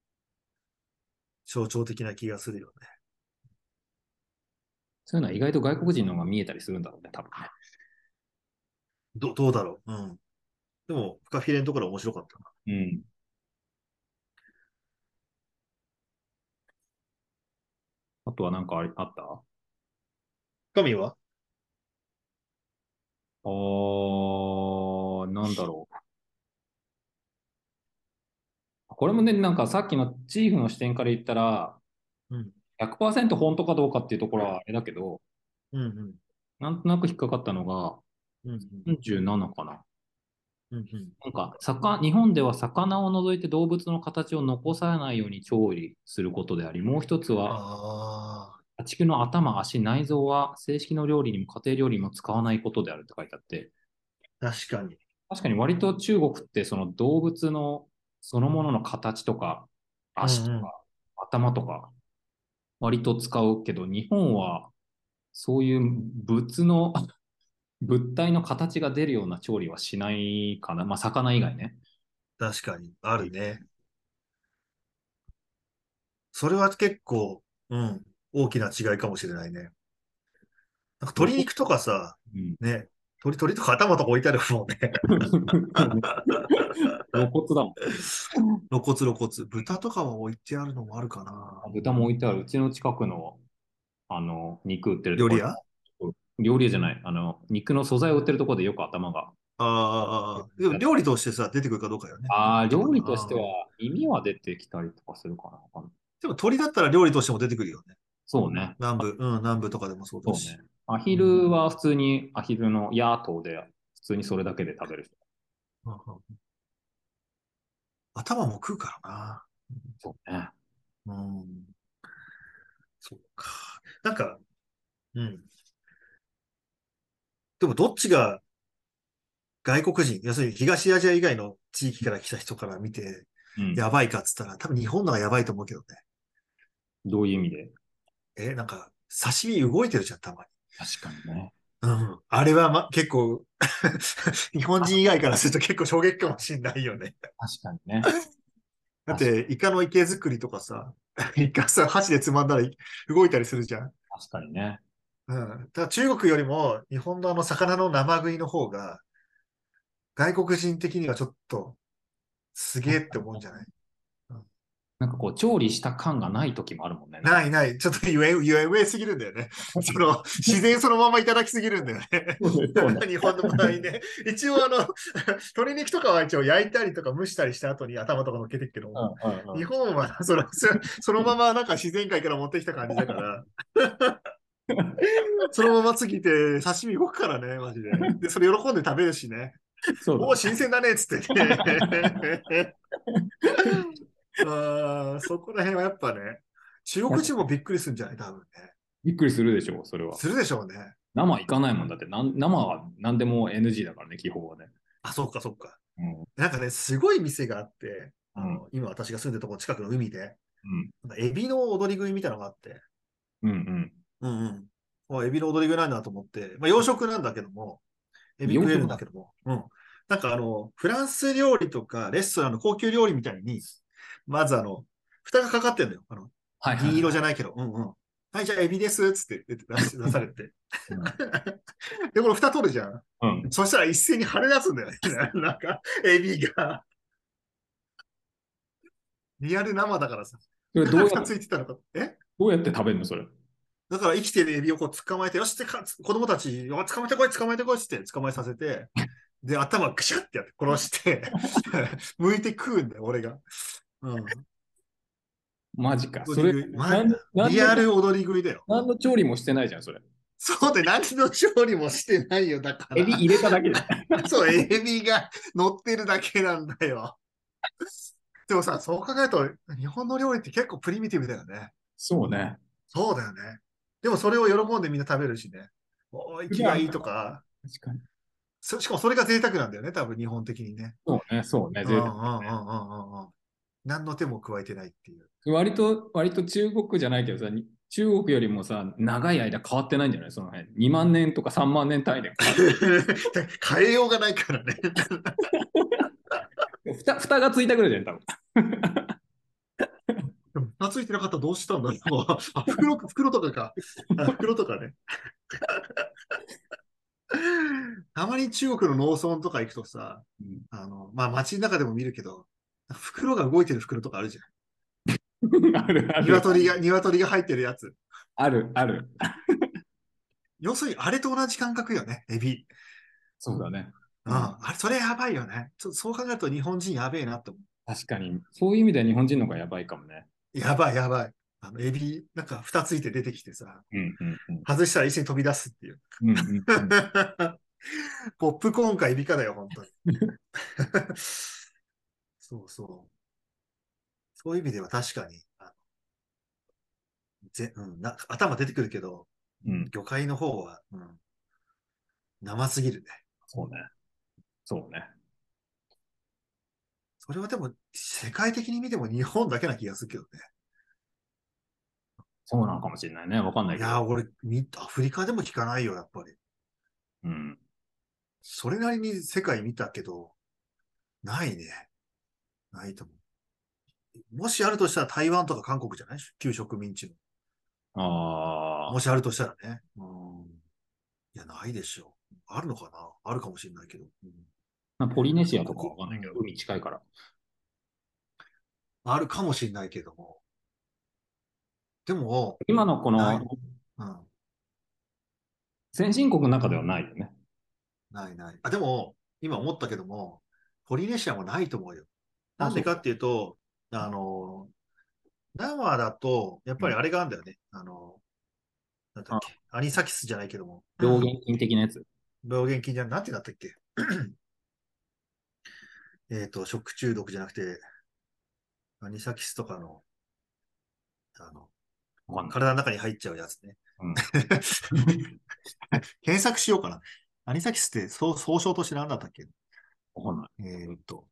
象徴的な気がするよね。 そういうのは意外と外国人の方が見えたりするんだろうね、多分ね。 ど、どうだろう。うん。でも、フカフィレのところは面白かったな。 うん。あとはなんかあり、あった？ 神はあー、なんだろう。これもね、なんかさっきのチーフの視点から言ったら、 うん。 ひゃくパーセント本当かどうかっていうところはあれだけど、 うんうん。 なんとなく引っかかったのが、 うんうん。 よんじゅうななかな。 うんうん。 なんか、魚日本では魚を除いて動物の形を残さないように調理することであり、もう一つは、 あ家畜の頭、足、内臓は正式の料理にも家庭料理にも使わないことであるって書いてあって、 あ、確かに。 確かに割と中国ってその動物のそのものの形とか、 うんうん。 足とか頭とか割と使うけど、日本はそういう物の、物体の形が出るような調理はしないかな。まあ、魚以外ね。 確かに、あるね。それは結構、うん、大きな違いかもしれないね。なんか露骨、 鶏肉とかさ、 うん。 ね、鶏、鶏とか頭とか置いてあるもんね。 そうね。露骨だもん。 露骨露骨。豚とかは置いてあるのもあるかな。 あ、豚も置いてある。うちの近くの、あの、肉売ってるところ、 料理屋料理屋じゃない、あの、肉の素材を売ってるところでよく頭が。 ああー、でも料理としてさ、出てくるかどうかよね。 ああ、料頭ね。 理としてはあー耳は出てきたりとかするかな。わかんない。 でも鳥だったら料理としても出てくるよね。 そうね。あ、 南部、うん、南部とかでもそうだそうね。 し。 アヒうん。 ルは普通にアヒルのヤートで普通にそれだけで食べる人。 うんうん頭も食うからな。 そうね。 うん。そうか。なんか、うん。でもどっちが外国人、要するに東アジア以外の地域から来た人から見て、 うん。 やばいかっつったら、多分日本のがやばいと思うけどね。 どういう意味で？ え、なんか、刺身動いてるじゃん、たまに。 確かにね。 うん。あれは、ま、結構日本人以外からすると結構衝撃かもしんないよね。 確かにね。確かだって、イカの池作りとかさ、イカさ、箸でつまんだら動いたりするじゃん。 確かにね。 うん。ただ中国よりも日本のあの魚の生食いの方が外国人的にはちょっとすげえって思うんじゃない？うん、 なんかこう、調理した感がない時もあるもんね。なんか。 ないない。ちょっとゆえ、ゆえ、ゆえすぎるんだよね。その、自然そのままいただきすぎるんだよね。 そうね、そうね。 日本の場合ね。一応あの、鶏肉とかは一応焼いたりとか蒸したりした後に頭とか乗っけてるけどうも、 んうんうん。 日本はその、そそのままなんか自然界から持ってきた感じだから、そのまま次て刺身動くからね、マジで。で、それ喜んで食べるしね。おお、 そうだね。 新鮮だねっつってね。あーそこら辺はやっぱね、中国人もびっくりするんじゃない多分ね。 びっくりするでしょう、それは。 するでしょうね。 生いかないもんだって、なん生は何でも エヌジー だからね、基本はね。 あ、そっかそっか。 うん。 なんかね、すごい店があって、 うん。 あの、今私が住んでるところ近くの海で、 うん。 なんかエビの踊り食いみたいなのがあって、 うん。うん。 うんうん。あエビの踊り食いなんだと思って、まあ洋食なんだけども、エビ食える洋食だ。 んだけども、うん。なんかあの、フランス料理とかレストランの高級料理みたいに、まずあの、蓋がかかってんのよ。あの、銀はいはいはい。 色じゃないけど、うんうん。はい、じゃあエビです、つって出し出されて。 うん。 で、この蓋取るじゃん。 うん。 そしたら一斉に腫れ出すんだよね。なんか、エビが。リアル生だからさ。 それだから蓋どうやっ、 ついてたのか。えどうやって食べるのそれ？ だから生きてるエビをこう捕まえて、よしってか、子供たち、よ捕まえてこい、捕まえてこいって捕まえさせて、で、頭ぐしゃってやって殺して、剥いて食うんだよ、俺が。うん。 マジか。それ、 踊り食い。まあ、 なん、なんの、 リアル踊り食いだよ。 何の調理もしてないじゃん、それ。 そうで、何の調理もしてないよ、だから。 エビ入れただけで。 そう、エビが乗ってるだけなんだよ。でもさ、そう考えると、日本の料理って結構プリミティブだよね。 そうね。 そうだよね。でもそれを喜んでみんな食べるしね。おー、生きがいい普段、 とか、 確かに。 そしかもそれが贅沢なんだよね、多分日本的にね。 そうね、そうね、 うんう贅沢。 んうんうんうんうん。何の手も加えてないっていう。 割と、割と中国じゃないけどさ、に中国よりもさ、長い間変わってないんじゃないその辺？にまん年とかさんまん年単位で変わる。 変えようがないからね。 蓋、蓋がついたぐらいじゃん、多分。 懐ついてなかったらどうしたんだろう。あ、袋、袋とかか。あ、袋とかね。たまに中国の農村とか行くとさ、 うん。 あの、まあ街の中でも見るけど、袋が動いてる袋とかあるじゃん。 あるある。 鶏が、鶏が入ってるやつ。 あるある。 要するにあれと同じ感覚よね、エビ。 そうだね。 うん。 うん。 あれ、それやばいよね。ちょっとそう考えると日本人やべえなって思確かに。そういう意味では日本人の方がやばいかもね。 う。やばいやばい。あの、エビ、なんか蓋ついて出てきてさ、 うんうんうん。 外したら一緒に飛び出すっていう。 うんうんうん。 ポップコーンかエビかだよ、本当に。そうそう。そういう意味では確かに、あのぜ、うん、な、頭出てくるけど、 うん。 魚介の方は、うん、生すぎるね。 そうね。そうね。 それはでも、世界的に見ても日本だけな気がするけどね。 そうなのかもしれないね。わかんないけど。 いやー、俺、みアフリカでも聞かないよ、やっぱり。 うん。 それなりに世界見たけど、ないね。ないと思う。もしあるとしたら台湾とか韓国じゃない旧植民地の。 ああ、 もしあるとしたらね。うん。いや、ないでしょう。あるのかなあるかもしれないけど。うん、 まあポリネシアとかわぐかんないけど、 うん、 海近いから。 あるかもしれないけども。でも、 今のこのない。うん。 先進国の中ではないよね。 ないない。あ、でも、今思ったけども、ポリネシアもないと思うよ。なあ、そう。 んでかっていうと、あの、生だと、やっうん。 ぱりあれがあるんだよね。あの、なんだっあ、 け。アニサキスじゃないけども。うん。 病原菌的なやつ。 病原菌じゃなんてなったっけ。えっと、食中毒じゃなくて、アニサキスとかの、あの、 わかんない。 体の中に入っちゃうやつね。 うん。 検索しようかな。アニサキスって総総称として何だったっけ。 わかんない。 えーっと、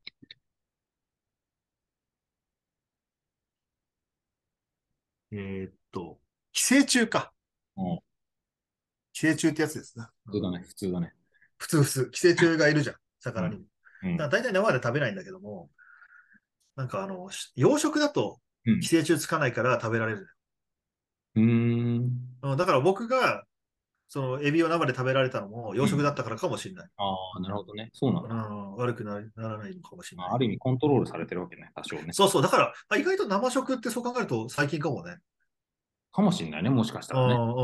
えーっと、寄生虫か。 うん。 寄生虫ってやつですな。うん、 普通だね、普通だね。 普通普通。寄生虫がいるじゃん。 うん。 魚にも。 うん。 だから大体生で食べないんだけども、なんかあの、し養殖だとうん。 寄生虫つかないから食べられる。 うーん。 うん、だから僕が、そのエビを生で食べられたのも養うん。 殖だったからかもしれない。 ああ、なるほどね。そうなんだ。 うん、悪くなならないのかもしれまあ、 ない。 ある意味コントロールされてるわけね、多少ね。 そうそう。だから、あ意外と生食ってそう考えると最近かもね。 かもしれないね、もしかしたうん、うらね。 ん、うん、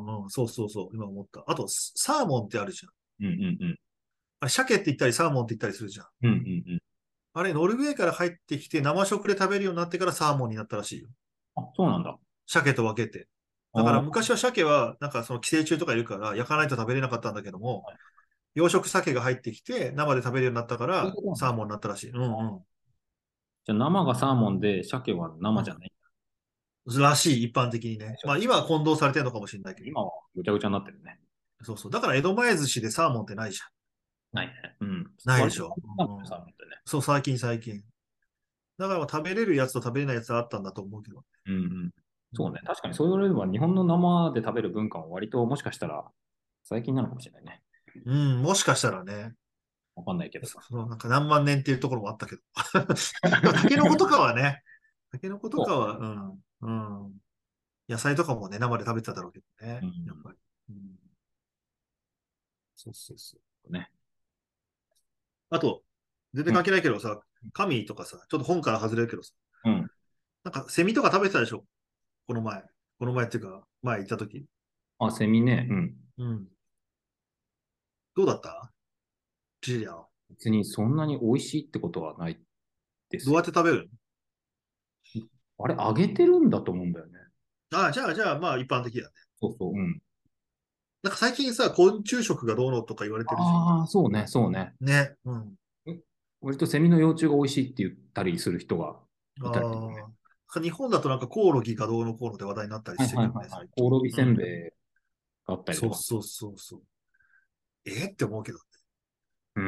うん、うん。そうそうそう。今思った。あと、スサーモンってあるじゃん。 うんうんうん。 あれ、鮭って言ったりサーモンって言ったりするじゃん。 うんうんうん。 あれ、ノルウェーから入ってきて生食で食べるようになってからサーモンになったらしいよ。 あ、そうなんだ。 鮭と分けて。だからああ、 昔は鮭は、なんかその寄生虫とかいるから焼かないと食べれなかったんだけども、養殖鮭が入ってきて生で食べるようになったかそういうらことなんだ。 サーモンになったらしい。うんうじゃあ生がサーモンで、鮭は生じゃん。 ない。 うん。らしい、一般的にね。まあ今は混同されてるのかもしれないけど。 今はぐちゃぐちゃになってるね。 そうそう。だから江戸前寿司でサーモンってないじゃん。 ないね。うん。割とないでしょ。 なんだよ、 うんうん、 サーモンってね。 そう、最近最近。だから食べれるやつと食べれないやつはあったんだと思うけど。 うんうん。 うん、 そうね。確かにそう言われれば、日本の生で食べる文化も割ともしかしたら最近なのかもしれないね。 うん、もしかしたらね。 わかんないけどさ。 そのなんか何万年っていうところもあったけど。でもタケノコとかはね、タケノコとかそは、うん、うん。野菜とかもね、生で食べてただろうけどう。 ね。 うん。 やっぱり。うん、そうそうそう。 ね。 あと、全然うん。 関係ないけどさ、神とかさ、ちょっと本から外れるけどさ、 うん。 なんかセミとか食べてたでしょこの前。この前っていうか、前行った時。 あ、セミね。うん。 うん。どうだったジリアン。 別にそんなに美味しいってことはないですよ。 どうやって食べるあれ、揚げてるんだと思うんだよね。 の？ああ、じゃあ、じゃあ、まあ一般的だね。 そうそう。うん。 なんか最近さ、昆虫食がどうのとか言われてるじああ、そうね、そうね。 ゃん。ね。うん。 え割とセミの幼虫が美味しいって言ったりする人がいたりとかね。 ああ。日本だとなんかコオロギがどうのこうので話題になったりはいしてるよね、 はいはいはい。 最近。 コオロギせんうん。 べいがあったりとか。 そうそうそうそう。えって思うけど。 うん。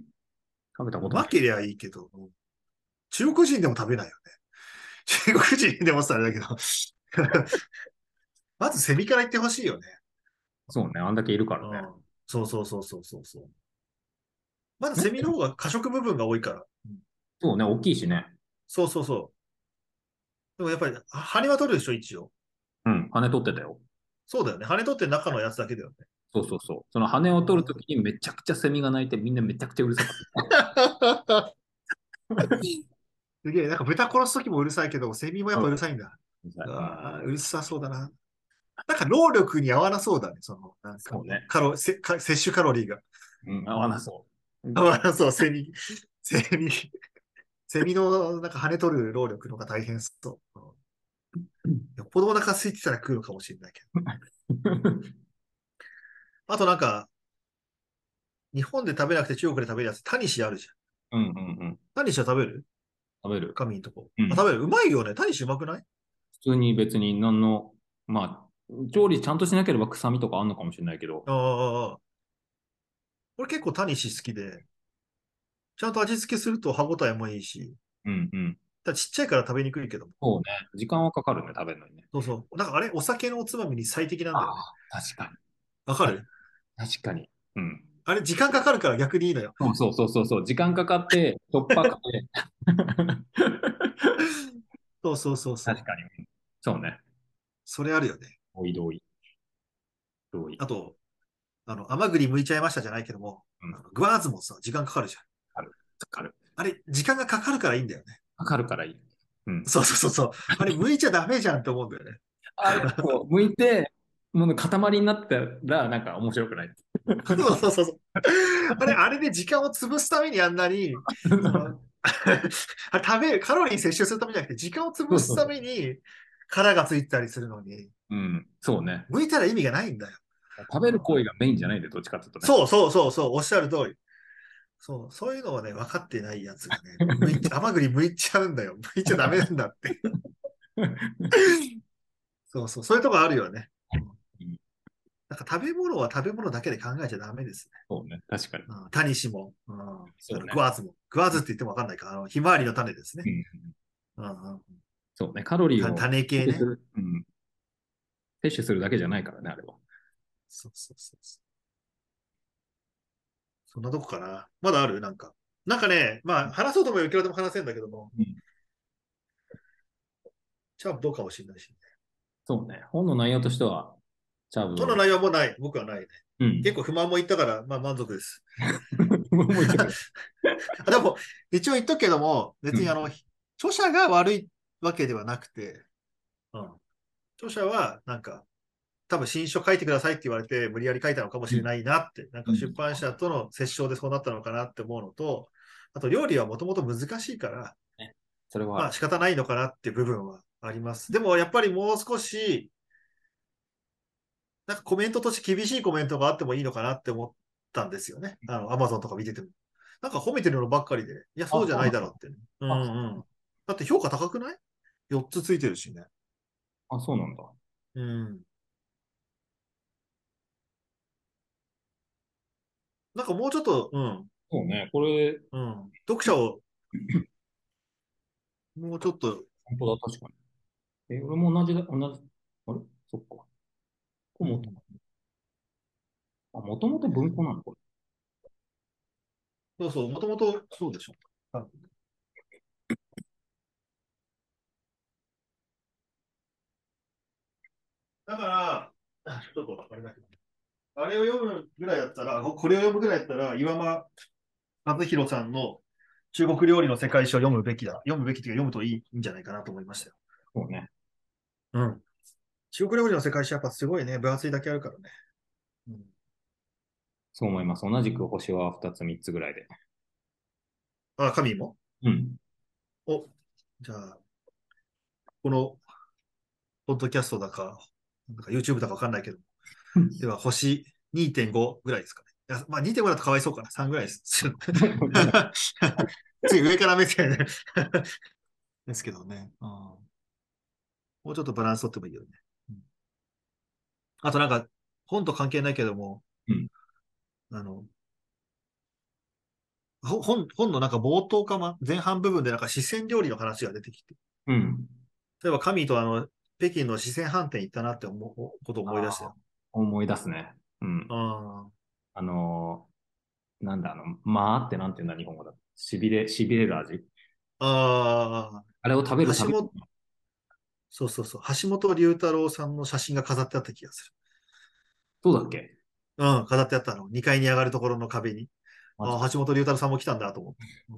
食べたうことない。 まけりゃいいけど、うん、中国人でも食べないよね。中国人でもさ、あれだけどまずセミから言ってほしいよね。 そうね、あんだけいるからね。 うん。そうそうそうそうそうそう。まずね、 セミの方が可食部分が多いから。うん、 そうね、大きいしね。 そうそうそう。でもやっぱり、は羽は取るでしょ、一応。 うん、羽取ってたよ。 そうだよね。羽取って中のやつだけだよね。 そうそうそう。その羽を取るとうん、 きにめちゃくちゃセミが鳴いてみんなめちゃくちゃうるさかった。 すげえ、なんか豚殺すときもうるさいけど、セミもやっぱうるさいんだ。 うるさい。うん。 あーうるさそうだな。なんか労力に合わなそうだね。その、なんか、 そうね。 カロ、せか摂取カロリーが。 うん、合わなそう。うん。 合わなそう、セミ。セミ。セミのなんか羽取る労力の方が大変そう。うん、よっぽどお腹空いてたら食うのかもしれないけど。あとなんか、日本で食べなくて中国で食べるやつ、タニシあるじうんうんうん。 ゃん。タニシは食べる食べる。 神んとこ。あ、食うん。 べる。うまいよね。タニシうまくない？ 普通に別に何の、まあ、調理ちゃんとしなければ臭みとかあんのかもしれないけど、 ああ、ああ。俺結構タニシ好きで、ちゃんと味付けすると歯ごたえもいいし、 うんうん。 ただちっちゃいから食べにくいけども。 そうね。時間はかかるね、食べるのにね。 そうそう。なんかあれ、お酒のおつまみに最適なんだよね。 ああ、確かに。たわかる？ 確かに。うん。 あれ、時間かかるから逆にいいのよ。 そうそうそうそうそう。時間かかって、しょっぱくて。 そうそうそうそう。 確かに。そうね。 それあるよね。 同意同意。同意。 あと、あの、甘栗剥いちゃいましたじゃないけども、 うん。 あのグワーズもさ、時間かかるじゃん。 かかる。かかる。 あれ、時間がかかるからいいんだよね。 かかるからいい。うん。 そうそうそうそう。あれ、剥いちゃダメじゃんって思うんだよね。 あれ、そう、剥いて、もう塊になったら、なんか面白くない。 そうそうそうそう。あれ、あれで時間を潰すためにあんなに、その、あれ食べる、カロリー摂取するためじゃなくて、時間を潰すたそうそうそめに殻がついてたりするのに、 う。うん。そうね。 剥いたら意味がないんだよ。 食べる行為がメインじゃないんで、どっちかっていうとね。 そうそうそうそう、おっしゃる通り。そう、そういうのをね、分かってないやつがね、剥いちゃ、甘栗剥いちゃうんだよ。剥いちゃダメなんだって。そうそう、そういうとこあるよね。うん、 うん、 なんか食べ物は食べ物だけで考えちゃダメですね。 そうね。確かに。 うん、タニシも、うん、あのそうね。 グワーズも。グワーズって言っても分かんないか。あの、ひまわりの種ですね。 うん。 うんうん、 そうね。カロリーたを種系ね。 摂取する、うん。摂取するだけじゃないからね、あれは。 そうそうそうそう。そんなとこかな。まだあるなんか。なんかね、まあ、話そうと思えばいくらでも話せるんだけども、 うん。 チャープどうかもしれないし、ね。 そうね。本の内容としては、チャーブ通り。 どの内容もない。僕はないね。 うん。 結構不満も言ったから、まあ満足です。 もう言ってくる。 あでも、一応言っとくけども、 うん。 別にあの、著者が悪いわけではなくて、うん。著者は、なんか、多分新書書いてくださいって言われて、無理やり書いたのかもしれうん。 ないなって、なんうん。 か出版社との折衝でそうなったのかなって思うのと、あと料理はもともと難しいから、 ね、それはある。 まあ仕方ないのかなっていう部分はあります。でもやっぱりもう少し、なんかコメントとして厳しいコメントがあってもいいのかなって思ったんですよね。あの、アマゾンとか見てても。なんか褒めてるのばっかりで、いや、 あ、 そうじゃそうなんだ。 ないだろうってね。うあ、 んうん。だって評価高くない？ よっ つついてるしね。 あ、そうなんだ。 うん。なんかもうちょっと、うん、 そうね。これ、 うん。読者をもうちょっと、 本当だ、確かに。え、俺も同じだ、同じ。あれそっか。これもと、 うん、 あ、もともと文庫なのこそうそう、もともとそうでしょ。あだから、あちょっとあれだけど、あれを読むぐらいだったら、これを読むぐらいだったら、岩間和弘さんの中国料理の世界史を読むべきだ。読むべきというか読むといい、いいんじゃないかなと思いましたよ。 れ。そうね。 うん。中国料理の世界史やっぱすごいね、分厚いだけあるからね。うん、 そう思います。同じく星はふたつ、みっつぐらいで。 あ、神もうん。 お、じゃあ、この、ポッドキャストだか、なんか YouTube だかわかんないけど、では、星にてんごぐらいですかね。いやまあ、にてんごだとかわいそうかな。さんぐらいです。次、上から目線ですけどね。うん、もうちょっとバランス取ってもいいよね。うん、あとなんか、本と関係ないけども、 うん。 あの、ほ本、本のなんか冒頭かま、前半部分でなんか四川料理の話が出てきて、 うん。 例えば神とあの、北京の四川飯店行ったなって思うことを思い出したよ。 ああ、思い出すね。うん。 ああのーなんだ、あの、まあってなんていうんだ、日本語だ。しびれ、しびれる味。 あ、ああれを食べあ、 るたび、 橋本、そうそうそう、橋本龍太郎さんの写真が飾ってあった気がすそうだっけ？ る。うん、飾ってあったの。にかいに上がるところの壁に。ああ、 マジか。 橋本龍太郎さんも来たんだと思って。うん、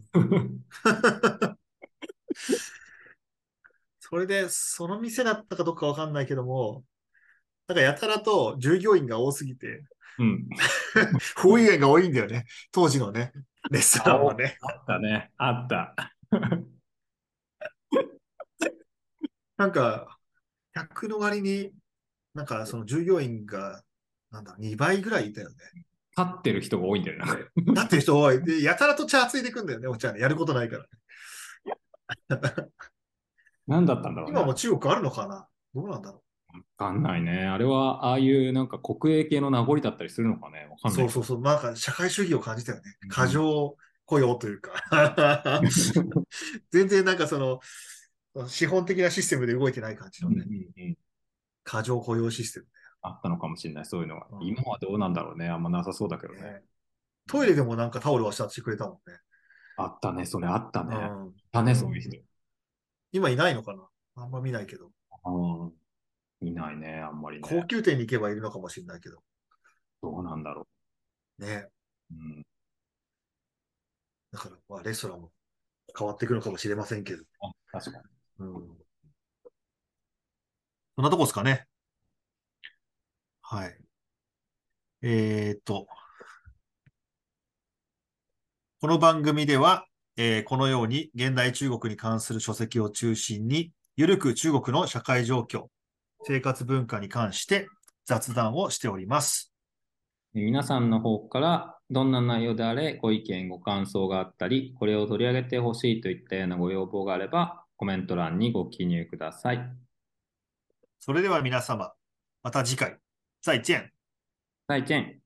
それで、その店だったかどうかわかんないけども、なんかやたらと従業員が多すぎて、 うん。 不運園が多いんだよね。当時のね、レストランは青、 ね。 あったね。あった。 なんか、客の割に、なんかその従業員が、なんだ、にばいぐらいいたよね。 立ってる人が多いんだよね。なんか。 だって人多い。で、やたらと茶ついてくんだよね、お茶ね。やることないから。 何だったんだろうね。 今も中国あるのかな？どうなんだろわかんないね。あれは、ああいうなんか国営系の名残だったりするのかね。わかう。 んないけど。 そうそうそう。なんか社会主義を感じたよね。過うん。 剰雇用というか全然なんかその、資本的なシステムで動いてない感じうんうんのね、 うん。 過剰雇用システム。 あったのかもしれない、そういうのが。 うん今はどうなんだろうね。あんまなさそうだけどね。 ね、 うん、 トイレでもなんかタオルはしてくれたもんね。 あったね、それあったね。 うん。 いたね、そういううん。 人。 今いないのかな、あんま見ないけど。 うん、いないね、あんまりね。 高級店に行けばいるのかもしれないけど。 どうなんだろね。 う。うん、 だから、まあ、レストランも変わっていくのかもしれませんけど。 あ、確かに。 うん。そんなとこですかね。はい。えーっと、この番組では、えーこのように現代中国に関する書籍を中心に、ゆるく中国の社会状況、生活文化に関して雑談をしております。 皆さんの方からどんな内容であれご意見、ご感想があったり、これを取り上げてほしいといったようなご要望があれば、コメント欄にご記入ください。 それでは皆様、また次回、再见。 再见。